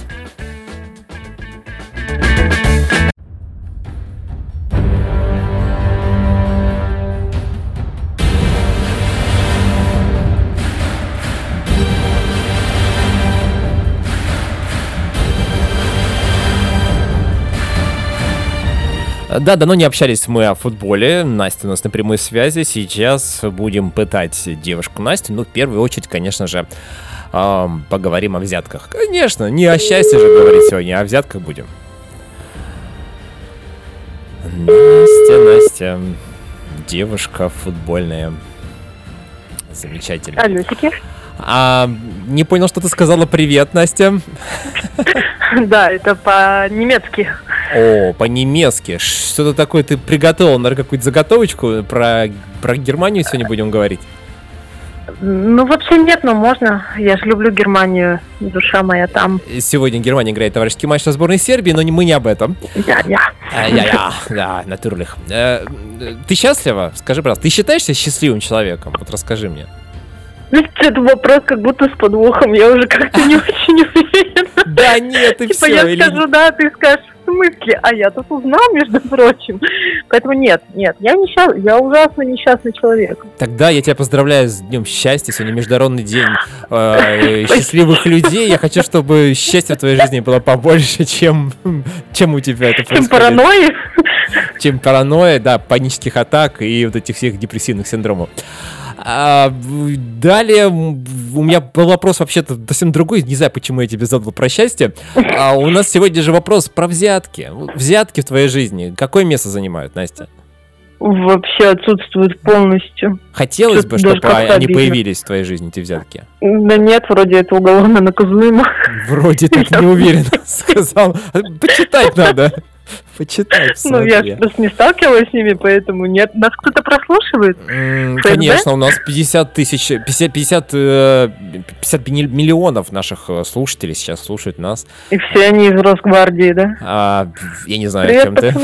Да, давно не общались мы о футболе. Настя у нас на прямой связи. Сейчас будем пытать девушку Настю. Ну, в первую очередь, конечно же, эм, поговорим о взятках. Конечно, не о счастье же говорить сегодня, а о взятках будем. Настя, Настя, девушка футбольная. Замечательно. Алёсики. А, не понял, что ты сказала. Привет, Настя. Да, это по-немецки. О, по-немецки. Что-то такое ты приготовил, наверное, какую-то заготовочку? Про, про Германию сегодня будем говорить? Ну, вообще нет, но можно. Я же люблю Германию. Душа моя там. Сегодня Германия играет товарищеский матч со сборной Сербии, но не, мы не об этом. Я-я. А, Я-я, да, натурлих. Э, Ты счастлива? Скажи, пожалуйста, ты считаешься счастливым человеком? Вот расскажи мне. Это вопрос как будто с подвохом. Я уже как-то не очень уверена. Да нет, и Типа все. я или- скажу, да, ты скажешь, в смысле? А я тут узнал, между прочим. Поэтому нет, нет, я несчаст... я ужасно несчастный человек. Тогда я тебя поздравляю с Днем счастья. Сегодня Международный день э, счастливых людей. Я хочу, чтобы счастья в твоей жизни было побольше, чем, чем у тебя это Чем происходит. паранойи. Чем паранойя, да, панических атак и вот этих всех депрессивных синдромов. А, в- далее м, у меня был вопрос вообще-то совсем другой, не знаю, почему я тебе задал про счастье. А у нас сегодня же вопрос про взятки. Взятки в твоей жизни какое место занимают, Настя? Вообще отсутствует полностью. Хотелось бы, Что-то даже чтобы как-то они обидно. появились в твоей жизни, эти взятки. Да нет, вроде это уголовно наказуемо. Вроде так не уверен, сказал. Почитать надо. Почитать, Ну, я смотри. ж просто не сталкивалась с ними, поэтому нет. Нас кто-то прослушивает? М, ФСБ? Конечно, у нас пятьдесят тысяч, пятьдесят, пятьдесят, э, пятьдесят мили- миллионов наших э, слушателей сейчас слушают нас. И все они из Росгвардии, да? А, я не знаю, о Привет, чем ты.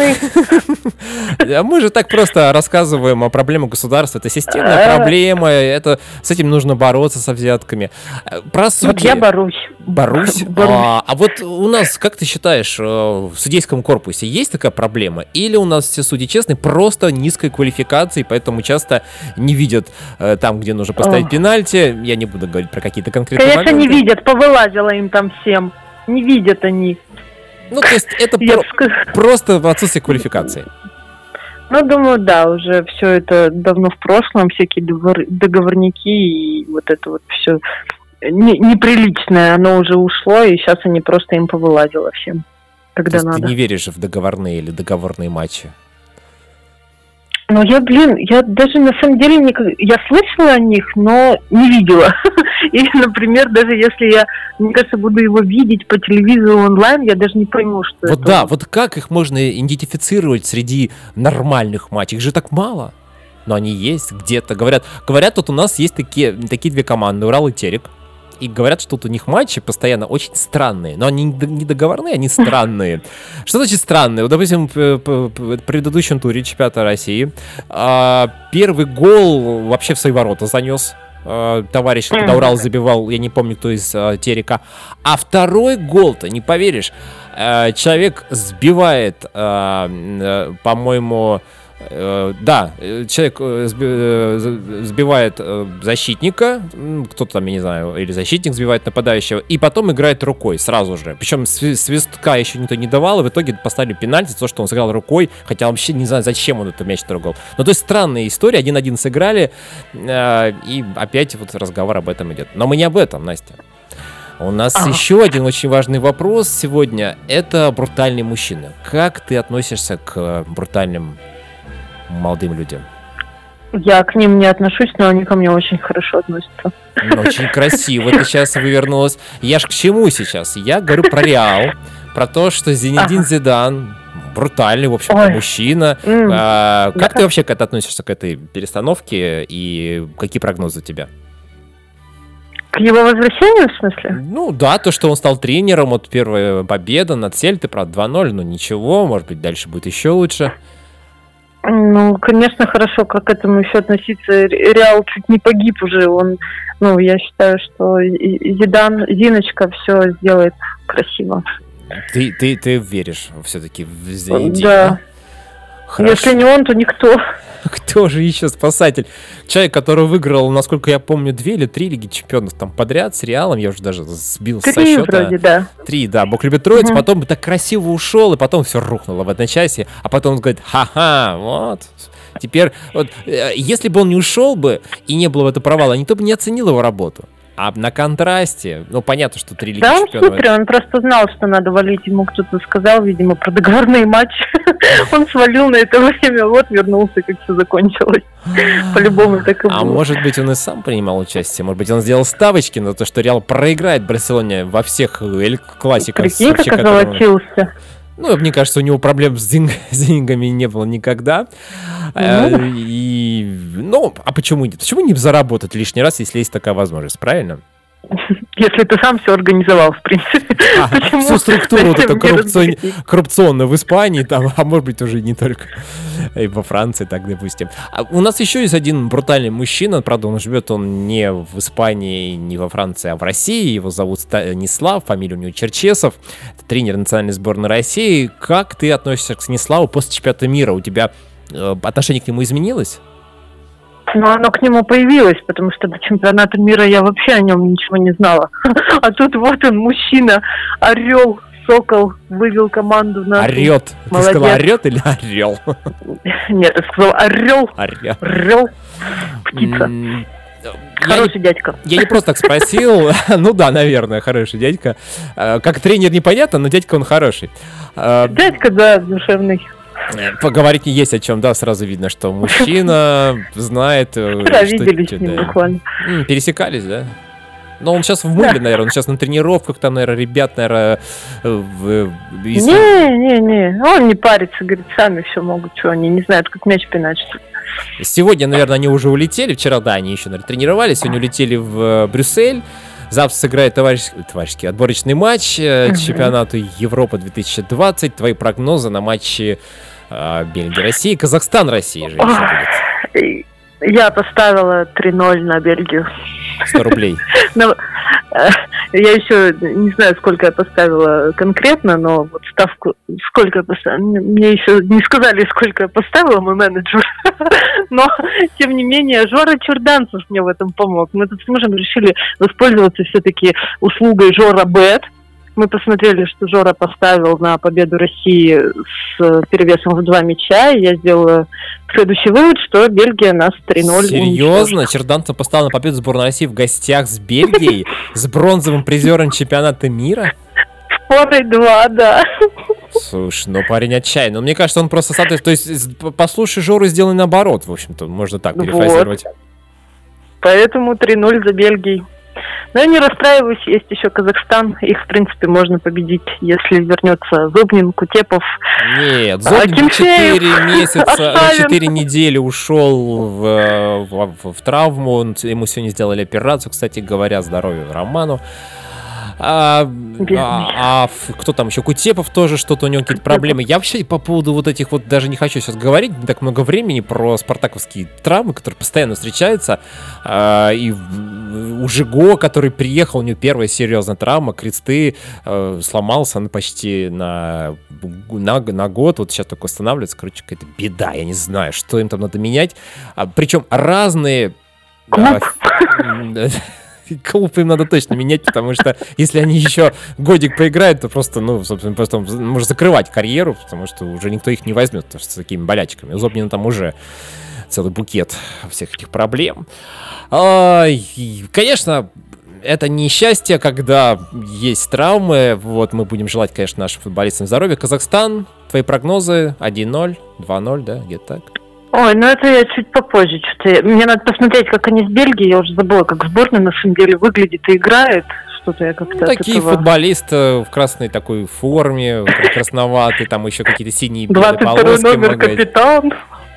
пацаны. А Мы же так просто рассказываем о проблемах государства. Это системная А. проблема, это с этим нужно бороться, со взятками. Э, Про судьи. Вот я борусь. Борусь. Борусь. А, а вот у нас, как ты считаешь, э, в судейском корпусе есть такая проблема? Или у нас все судьи честные, просто низкой квалификации, поэтому часто не видят э, там, где нужно поставить Ох. пенальти? Я не буду говорить про какие-то конкретные Конечно, не моменты. видят, повылазила им там всем. Не видят они. Ну, то есть это Я про- б сказ- просто отсутствие квалификации. Ну, думаю, да, уже все это давно в прошлом, всякие договор- договорники и вот это вот все неприличное, оно уже ушло, и сейчас они просто им повылазило всем, То когда есть ты надо. не веришь в договорные или договорные матчи? Ну, я, блин, я даже на самом деле никак... я слышала о них, но не видела. Или, например, даже если я, мне кажется, буду его видеть по телевизору онлайн, я даже не пойму, что Вот это. да, вот как их можно идентифицировать среди нормальных матчей? Их же так мало. Но они есть где-то. Говорят, говорят, тут у нас есть такие, такие две команды, Урал и Терек. И говорят, что тут у них матчи постоянно очень странные. Но они не договорные, они странные. Что значит странные? Вот, допустим, п- п- п- в предыдущем туре чемпионата России а, первый гол вообще в свои ворота занес э, товарищ, когда Урал забивал, я не помню, кто из э, Терека. А второй гол-то, не поверишь, э, человек сбивает, э, э, по-моему, э, да, человек э, сби, э, сбивает э, защитника, кто-то там, я не знаю, или защитник сбивает нападающего, и потом играет рукой сразу же. Причем свистка еще никто не давал, и в итоге поставили пенальти, то, что он сыграл рукой, хотя вообще не знаю, зачем он этот мяч трогал. Ну, то есть странная история, один-один сыграли, э, и опять вот разговор об этом идет. Но мы не об этом, Настя. У нас ага. еще один очень важный вопрос сегодня. Это брутальный мужчина. Как ты относишься к брутальным молодым людям? Я к ним не отношусь, но они ко мне очень хорошо относятся. Ну, очень красиво ты сейчас вывернулась. Я ж к чему сейчас? Я говорю про Реал, про то, что Зинедин ага. Зидан брутальный, в общем-то, Ой. мужчина. Mm. А, как да. ты вообще к это относишься, к этой перестановке, и какие прогнозы у тебя? К его возвращению, в смысле? Ну да, то, что он стал тренером, вот первая победа над Сельтой, правда, два ноль, но ничего, может быть, дальше будет еще лучше. Ну, конечно, хорошо, как к этому еще относиться. Реал чуть не погиб уже, он, ну, я считаю, что Зидан, Зиночка все сделает красиво. Ты, ты, ты веришь все-таки в Зинедина? Да. Хорошо. Если не он, то никто. Кто же еще спасатель? Человек, который выиграл, насколько я помню, две или три Лиги Чемпионов там подряд с Реалом, я уже даже сбил три со счета. Вроде, да. Три, да. Бог любит троицу, угу. потом так красиво ушел, и потом все рухнуло в одночасье, а потом он говорит, ха-ха, вот. Теперь, вот, если бы он не ушел бы и не было бы этого провала, никто бы не оценил его работу. А на контрасте, ну, понятно, что три Лиги да, Чемпионов... Да, он супер, он просто знал, что надо валить. Ему кто-то сказал, видимо, про договорные матчи. Он свалил на это время, вот, вернулся, как все закончилось. По-любому так и было. А может быть, он и сам принимал участие? Может быть, он сделал ставочки на то, что Реал проиграет Барселоне во всех эль-классиках? Прикинь, как озолотился. Ну, мне кажется, у него проблем с, деньг, с деньгами не было никогда. Mm-hmm. И, ну, а почему нет? Почему не заработать лишний раз, если есть такая возможность, правильно? Если ты сам все организовал, в принципе. А, всю структуру вот эту коррупцион... коррупционную в Испании, там, а может быть уже не только и во Франции, так, допустим. А у нас еще есть один брутальный мужчина, правда, он живет он не в Испании, не во Франции, а в России. Его зовут Станислав, фамилия у него Черчесов, это тренер национальной сборной России. Как ты относишься к Станиславу после чемпионата мира? У тебя э, отношение к нему изменилось? Ну, оно к нему появилось, потому что до чемпионата мира я вообще о нем ничего не знала. А тут вот он, мужчина, орел, сокол, вывел команду на... Орет. Ты сказала орет или орел? Нет, я сказала орел. Орел. Орел. Птица. Хороший я дядька. Не, я не просто так спросил. Ну да, наверное, хороший дядька. Как тренер непонятно, но дядька он хороший. Дядька, да, душевный. Поговорить не есть о чем, да, сразу видно, что мужчина знает... Да, виделись с ним буквально. Пересекались, да? Но он сейчас в мыле, да. наверное, он сейчас на тренировках, там, наверное, ребят, наверное... В... Не-не-не, он не парится, говорит, сами все могут, что они не знают, как мяч пиначить. Сегодня, наверное, они уже улетели, вчера, да, они еще, наверное, тренировались, сегодня улетели в Брюссель. Завтра сыграет товарищ... товарищеский отборочный матч uh-huh. чемпионату Европы две тысячи двадцать. Твои прогнозы на матчи э, Бельгия-Россия, Казахстан-Россия же еще будет. Я поставила три ноль на Бельгию. сто рублей. Но, э, я еще не знаю, сколько я поставила конкретно, но вот ставку, сколько я поставила, мне еще не сказали, сколько я поставила, мой менеджер. Но, тем не менее, Жора Чурданцев мне в этом помог. Мы тут с мужем решили воспользоваться все-таки услугой Жора Бет. Мы посмотрели, что Жора поставил на победу России с перевесом в два мяча, и я сделала следующий вывод, что Бельгия нас три ноль Серьезно? Черданцев поставил на победу сборной России в гостях с Бельгией? С бронзовым призером чемпионата мира? Спорой два, да. Слушай, ну парень отчаянный. Но мне кажется, он просто... То есть, послушай Жору, сделай наоборот, в общем-то, можно так перефразировать. Вот. Поэтому три ноль за Бельгией. Но я не расстраиваюсь, есть еще Казахстан. Их, в принципе, можно победить, если вернется Зубнин, Кутепов. Нет, Зубнин четыре месяца, четыре недели ушел в, в, в, в травму. Ему сегодня сделали операцию, кстати говоря, здоровья Роману. А, а, а ф- кто там еще? Кутепов тоже что-то, у него какие-то проблемы. Я вообще по поводу вот этих вот даже не хочу сейчас говорить, не так много времени про спартаковские травмы, которые постоянно встречаются. А, и у Жиго, который приехал, у него первая серьезная травма, кресты, э, сломался он почти на, на, на год, вот сейчас только восстанавливается. Короче, какая-то беда, я не знаю, что им там надо менять. А, причем разные... Клуб. Да, клуб им надо точно менять, потому что если они еще годик поиграют, то просто, ну, собственно, просто можно закрывать карьеру, потому что уже никто их не возьмет, потому что с такими болячками. У Зобнина там уже целый букет всех этих проблем. А, и, конечно, это несчастье, когда есть травмы. Вот мы будем желать, конечно, нашим футболистам здоровья. Казахстан, твои прогнозы? один ноль, два ноль, да, где-то так? Ой, ну это я чуть попозже что-то. Мне надо посмотреть, как они с Бельгией. Я уже забыла, как сборная на самом деле выглядит и играет. Что-то я как-то Ну, от такие этого... футболисты в красной такой форме, красноватые, там еще какие-то синие белые двадцать второй полоски. номер много- капитан.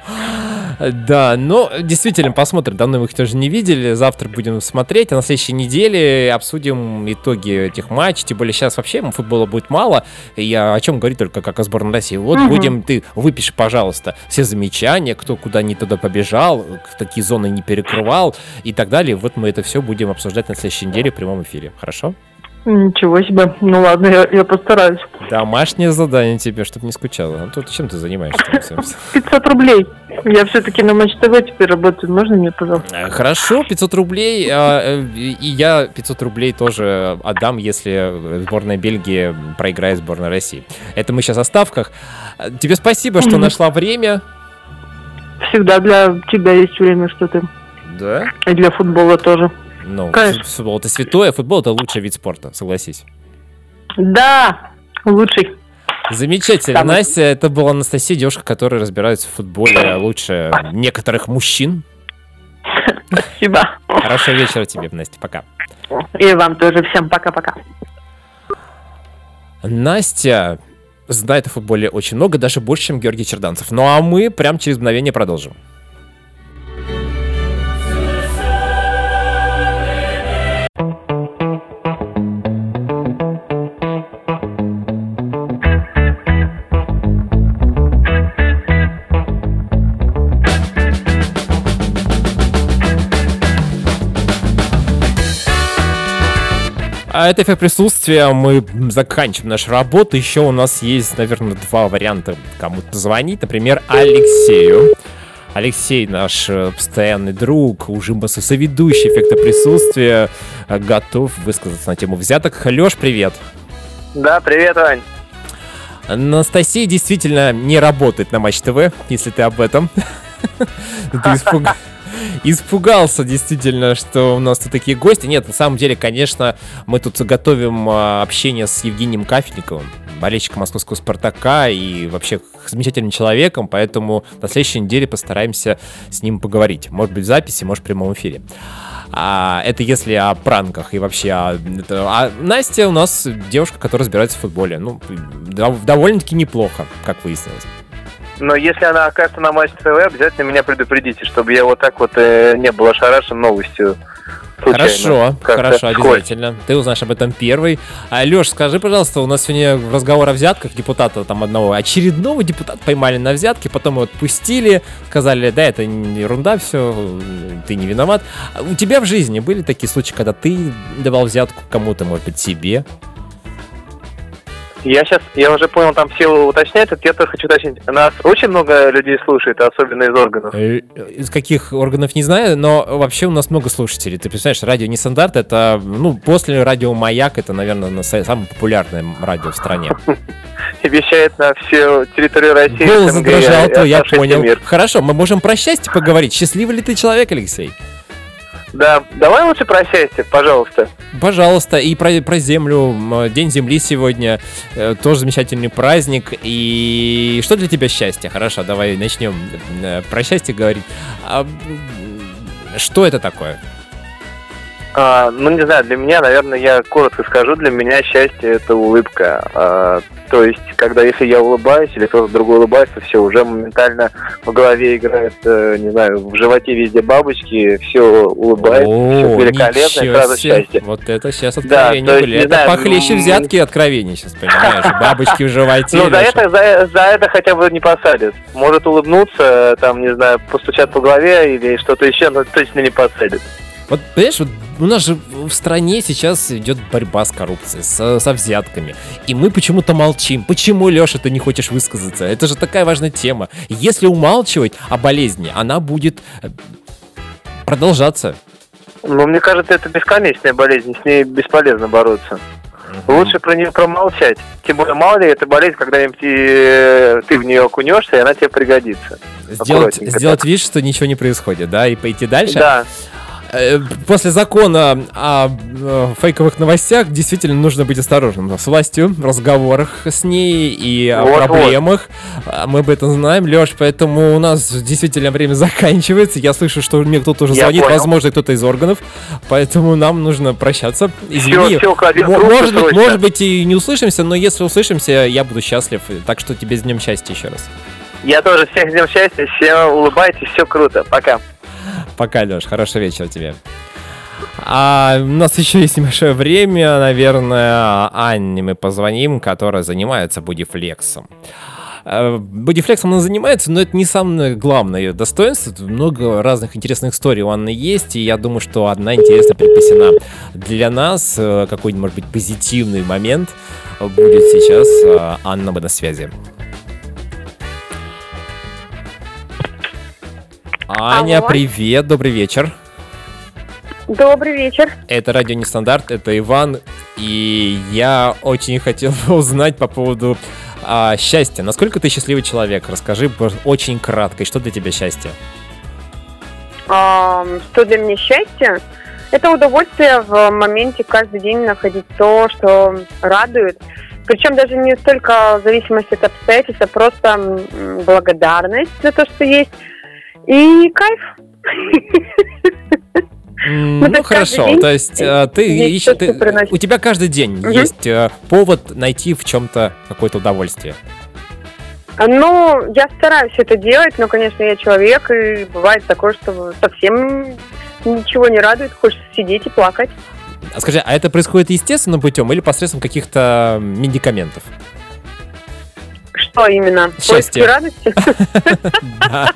Да, но действительно посмотрим. Давно мы их тоже не видели. Завтра будем смотреть. А на следующей неделе обсудим итоги этих матчей. Тем более сейчас вообще футбола будет мало. И я о чем говорю только как о сборной России. Вот Мгм. будем, ты выпиши, пожалуйста, все замечания, кто куда не туда побежал, какие зоны не перекрывал и так далее. Вот мы это все будем обсуждать на следующей неделе в прямом эфире. Хорошо? Ничего себе. Ну ладно, я, я постараюсь. Домашнее задание тебе, чтобы не скучала. А тут чем ты занимаешься? там всем? пятьсот рублей. Я все-таки на Матч ТВ теперь работаю. Можно мне, пожалуйста? Э, Хорошо, пятьсот рублей. а, э, И я пятьсот рублей тоже отдам, если сборная Бельгии проиграет сборной России. Это мы сейчас о ставках. А, Тебе спасибо, что Мгм. нашла время. Всегда для тебя есть время что-то. Да? И для футбола тоже. Ну, Конечно. ф- футбол это святое, футбол это лучший вид спорта, согласись. Да, лучший. Замечательно. Самый. Настя, это была Анастасия, девушка, которая разбирается в футболе лучше некоторых мужчин. Спасибо. Хорошего вечера тебе, Настя, пока. И вам тоже. Всем пока-пока. Настя знает о футболе очень много, даже больше, чем Георгий Черданцев. Ну а мы прямо через мгновение продолжим. А это эффект присутствия. Мы заканчиваем нашу работу. Еще у нас есть, наверное, два варианта кому-то позвонить. Например, Алексею. Алексей, наш э, постоянный друг, уже соведущий эффекта присутствия, э, готов высказаться на тему взяток. Леш, привет. Да, привет, Ань. Анастасия действительно не работает на Матч ТВ, если ты об этом. Ты испуг- испугался действительно, что у нас тут такие гости. Нет, на самом деле, конечно, мы тут готовим а, общение с Евгением Кафельниковым, болельщиком московского «Спартака» и вообще замечательным человеком, поэтому на следующей неделе постараемся с ним поговорить. Может быть, в записи, может, в прямом эфире. А, это если о пранках и вообще о, это, а Настя у нас девушка, которая разбирается в футболе. Ну, дов- довольно-таки неплохо, как выяснилось. Но если она окажется на Матч ТВ, обязательно меня предупредите, чтобы я вот так вот э, не был ошарашен новостью. случайно. Хорошо, Как-то хорошо, вскользь. обязательно. Ты узнаешь об этом первый. А, Леш, скажи, пожалуйста, у нас сегодня разговор о взятках депутата там одного, очередного депутата поймали на взятке, потом его отпустили, сказали, да, это ерунда, все, ты не виноват. А у тебя в жизни были такие случаи, когда ты давал взятку кому-то, может быть, себе? Я сейчас, я уже понял, там все уточняют, это я тоже хочу уточнить. Нас очень много людей слушает, особенно из органов. Э, Из каких органов не знаю, но вообще у нас много слушателей. Ты представляешь, радио Нестандарт, это, ну, после радио Маяк, это, наверное, на са- самое популярное радио в стране. И вещает на всю территорию России. Голос СНГ, задрожал, и то я оставшийся понял. мир. Хорошо, мы можем про счастье поговорить. Счастливый ли ты человек, Алексей? Да, давай лучше про счастье, пожалуйста. Пожалуйста, и про, про землю. М, День земли сегодня. э, Тоже замечательный праздник. И что для тебя счастье? Хорошо, давай начнем э, про счастье говорить. А, м, что это такое? А, ну, не знаю, для меня, наверное, я коротко скажу, для меня счастье – это улыбка. А, то есть, когда если я улыбаюсь или кто-то другой улыбается, все, уже моментально в голове играет, не знаю, в животе везде бабочки, все улыбается, все великолепно, и сразу счастье. Вот это сейчас откровения да, были. Есть, это знаю, похлеще взятки откровений сейчас, понимаешь? Бабочки в животе. Ну, за это, за, за это хотя бы не посадят. Может улыбнуться, там, не знаю, постучат по голове или что-то еще, но точно не посадят. Вот, понимаешь, вот у нас же в стране сейчас идет борьба с коррупцией, со, со взятками. И мы почему-то молчим. Почему, Леша, ты не хочешь высказаться? Это же такая важная тема. Если умалчивать о болезни, она будет продолжаться. Ну, мне кажется, это бесконечная болезнь, с ней бесполезно бороться. Mm-hmm. Лучше про нее промолчать. Тем более, мало ли, это болезнь, когда-нибудь ты, ты в нее окунешься, и она тебе пригодится. Сделать, сделать вид, что ничего не происходит, да, и пойти дальше? Да. После закона о фейковых новостях действительно нужно быть осторожным с властью, в разговорах с ней и о вот, проблемах. Вот. Мы об этом знаем, Леш, поэтому у нас действительно время заканчивается. Я слышу, что мне кто-то уже Я звонит, понял. Возможно, кто-то из органов, поэтому нам нужно прощаться. Извини, все, все, может, быть, может быть и не услышимся, но если услышимся, я буду счастлив. Так что тебе с днем счастья еще раз. Я тоже всех с днем счастья, все улыбайтесь, все круто. Пока. Пока, Леш, хорошего вечера тебе. А у нас еще есть небольшое время, наверное, Анне мы позвоним, которая занимается бодифлексом. Бодифлексом она занимается, но это не самое главное ее достоинство. Много разных интересных историй у Анны есть, и я думаю, что одна интересная припасена для нас. Какой-нибудь, может быть, позитивный момент будет сейчас. Анна, мы на связи. Аня, Алло. Привет, добрый вечер. Добрый вечер. Это радио Нестандарт, это Иван, и я очень хотел узнать по поводу а, счастья. Насколько ты счастливый человек? Расскажи очень кратко, и что для тебя счастье? А, что для меня счастье? Это удовольствие в моменте каждый день находить то, что радует. Причем даже не столько в зависимости от обстоятельств, а просто благодарность за то, что есть. И кайф. Ну, ну хорошо, то есть ты ищешь, ты, у тебя каждый день угу. есть повод найти в чем-то какое-то удовольствие. Ну, я стараюсь это делать, но, конечно, я человек, и бывает такое, что совсем ничего не радует, хочется сидеть и плакать. А скажи, а это происходит естественным путем или посредством каких-то медикаментов? Что именно? Счастье. Поиски радости? Да.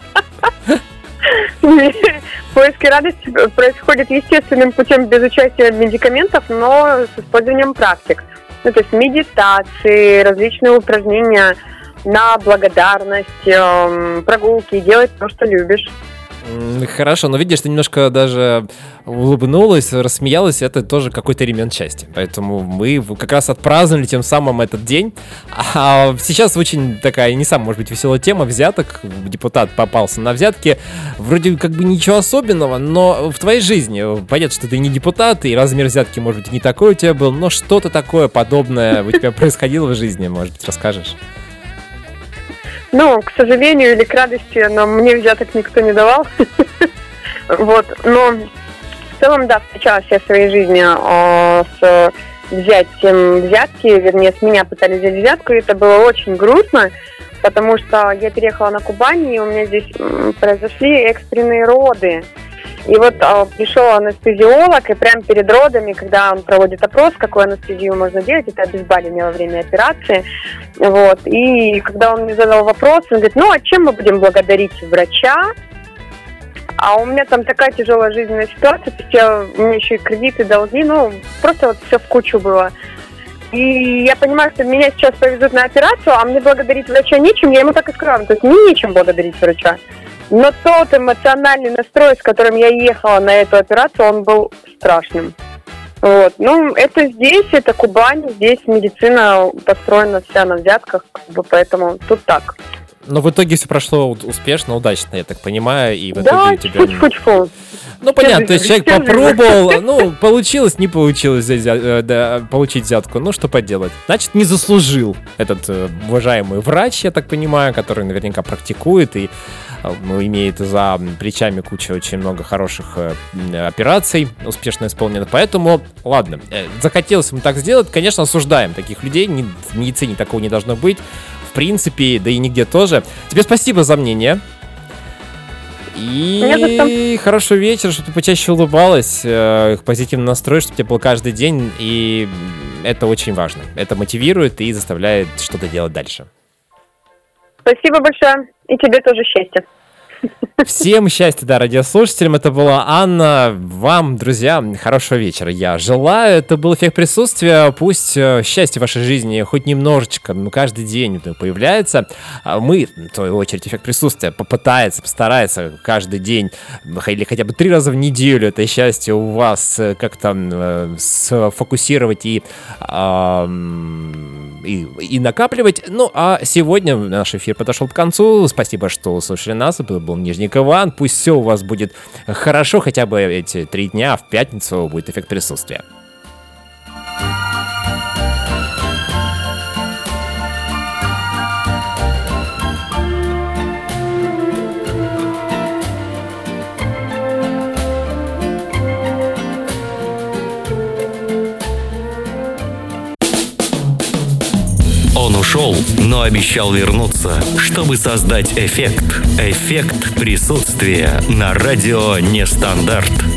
Поиски радости происходят естественным путем без участия медикаментов, но с использованием практик. Ну, то есть медитации, различные упражнения на благодарность, прогулки, делать то, что любишь. Хорошо, но видишь, ты немножко даже улыбнулась, рассмеялась, это тоже какой-то элемент счастья. Поэтому мы как раз отпраздновали тем самым этот день. А сейчас очень такая, не самая, может быть, веселая тема взяток. Депутат попался на взятки. Вроде как бы ничего особенного, но в твоей жизни, понятно, что ты не депутат, и размер взятки, может быть, не такой у тебя был, но что-то такое подобное у тебя происходило в жизни, может быть, расскажешь? Ну, к сожалению или к радости, но мне взяток никто не давал. Вот, но в целом, да, встречалась я в своей жизни с взятием взятки, вернее, с меня пытались взять взятку, и это было очень грустно, потому что я переехала на Кубань, и у меня здесь произошли экстренные роды. И вот а, пришел анестезиолог, и прямо перед родами, когда он проводит опрос, какую анестезию можно делать, это обезболивание во время операции. Вот. И когда он мне задал вопрос, он говорит, ну а чем мы будем благодарить врача? А у меня там такая тяжелая жизненная ситуация, то есть я, у меня еще и кредиты, долги, ну просто вот все в кучу было. И я понимаю, что меня сейчас повезут на операцию, а мне благодарить врача нечем, я ему так и сказала, то есть мне нечем благодарить врача. Но тот эмоциональный настрой, с которым я ехала на эту операцию, он был страшным. Вот. Ну, это здесь, это Кубань, здесь медицина построена вся на взятках, как бы, поэтому тут так. Но в итоге все прошло у- успешно, удачно, я так понимаю, и в итоге Да, у тебя... тьфу-тьфу-тьфу. Ну, понятно, то есть человек Все живы. попробовал, ну, получилось, не получилось взять, э, да, получить взятку, ну, что поделать. Значит, не заслужил этот э, уважаемый врач, я так понимаю, который наверняка практикует и э, ну, имеет за плечами кучу очень много хороших э, м, операций, успешно исполненных. Поэтому, ладно, э, захотелось ему так сделать, конечно, осуждаем таких людей, ни- в медицине такого не должно быть, в принципе, да и нигде тоже. Тебе спасибо за мнение. Не за И хороший вечер, чтобы ты почаще улыбалась, э, позитивный настрой, чтобы у тебя был каждый день, и это очень важно. Это мотивирует и заставляет что-то делать дальше. Спасибо большое. И тебе тоже счастья. Всем счастья, да, радиослушателям. Это была Анна. Вам, друзья, хорошего вечера я желаю. Это был эффект присутствия. Пусть э, счастье в вашей жизни хоть немножечко, ну, каждый день это появляется. А мы, в свою очередь, эффект присутствия попытается, постарается каждый день или хотя бы три раза в неделю это счастье у вас э, как-то э, сфокусировать и, а, и, и накапливать. Ну, а сегодня наш эфир подошел к концу. Спасибо, что слушали нас. Это был Нижник Иван. Пусть все у вас будет хорошо, хотя бы эти три дня. В пятницу будет эффект присутствия. Он ушел, но обещал вернуться, чтобы создать эффект. Эффект присутствия на радио Нестандарт.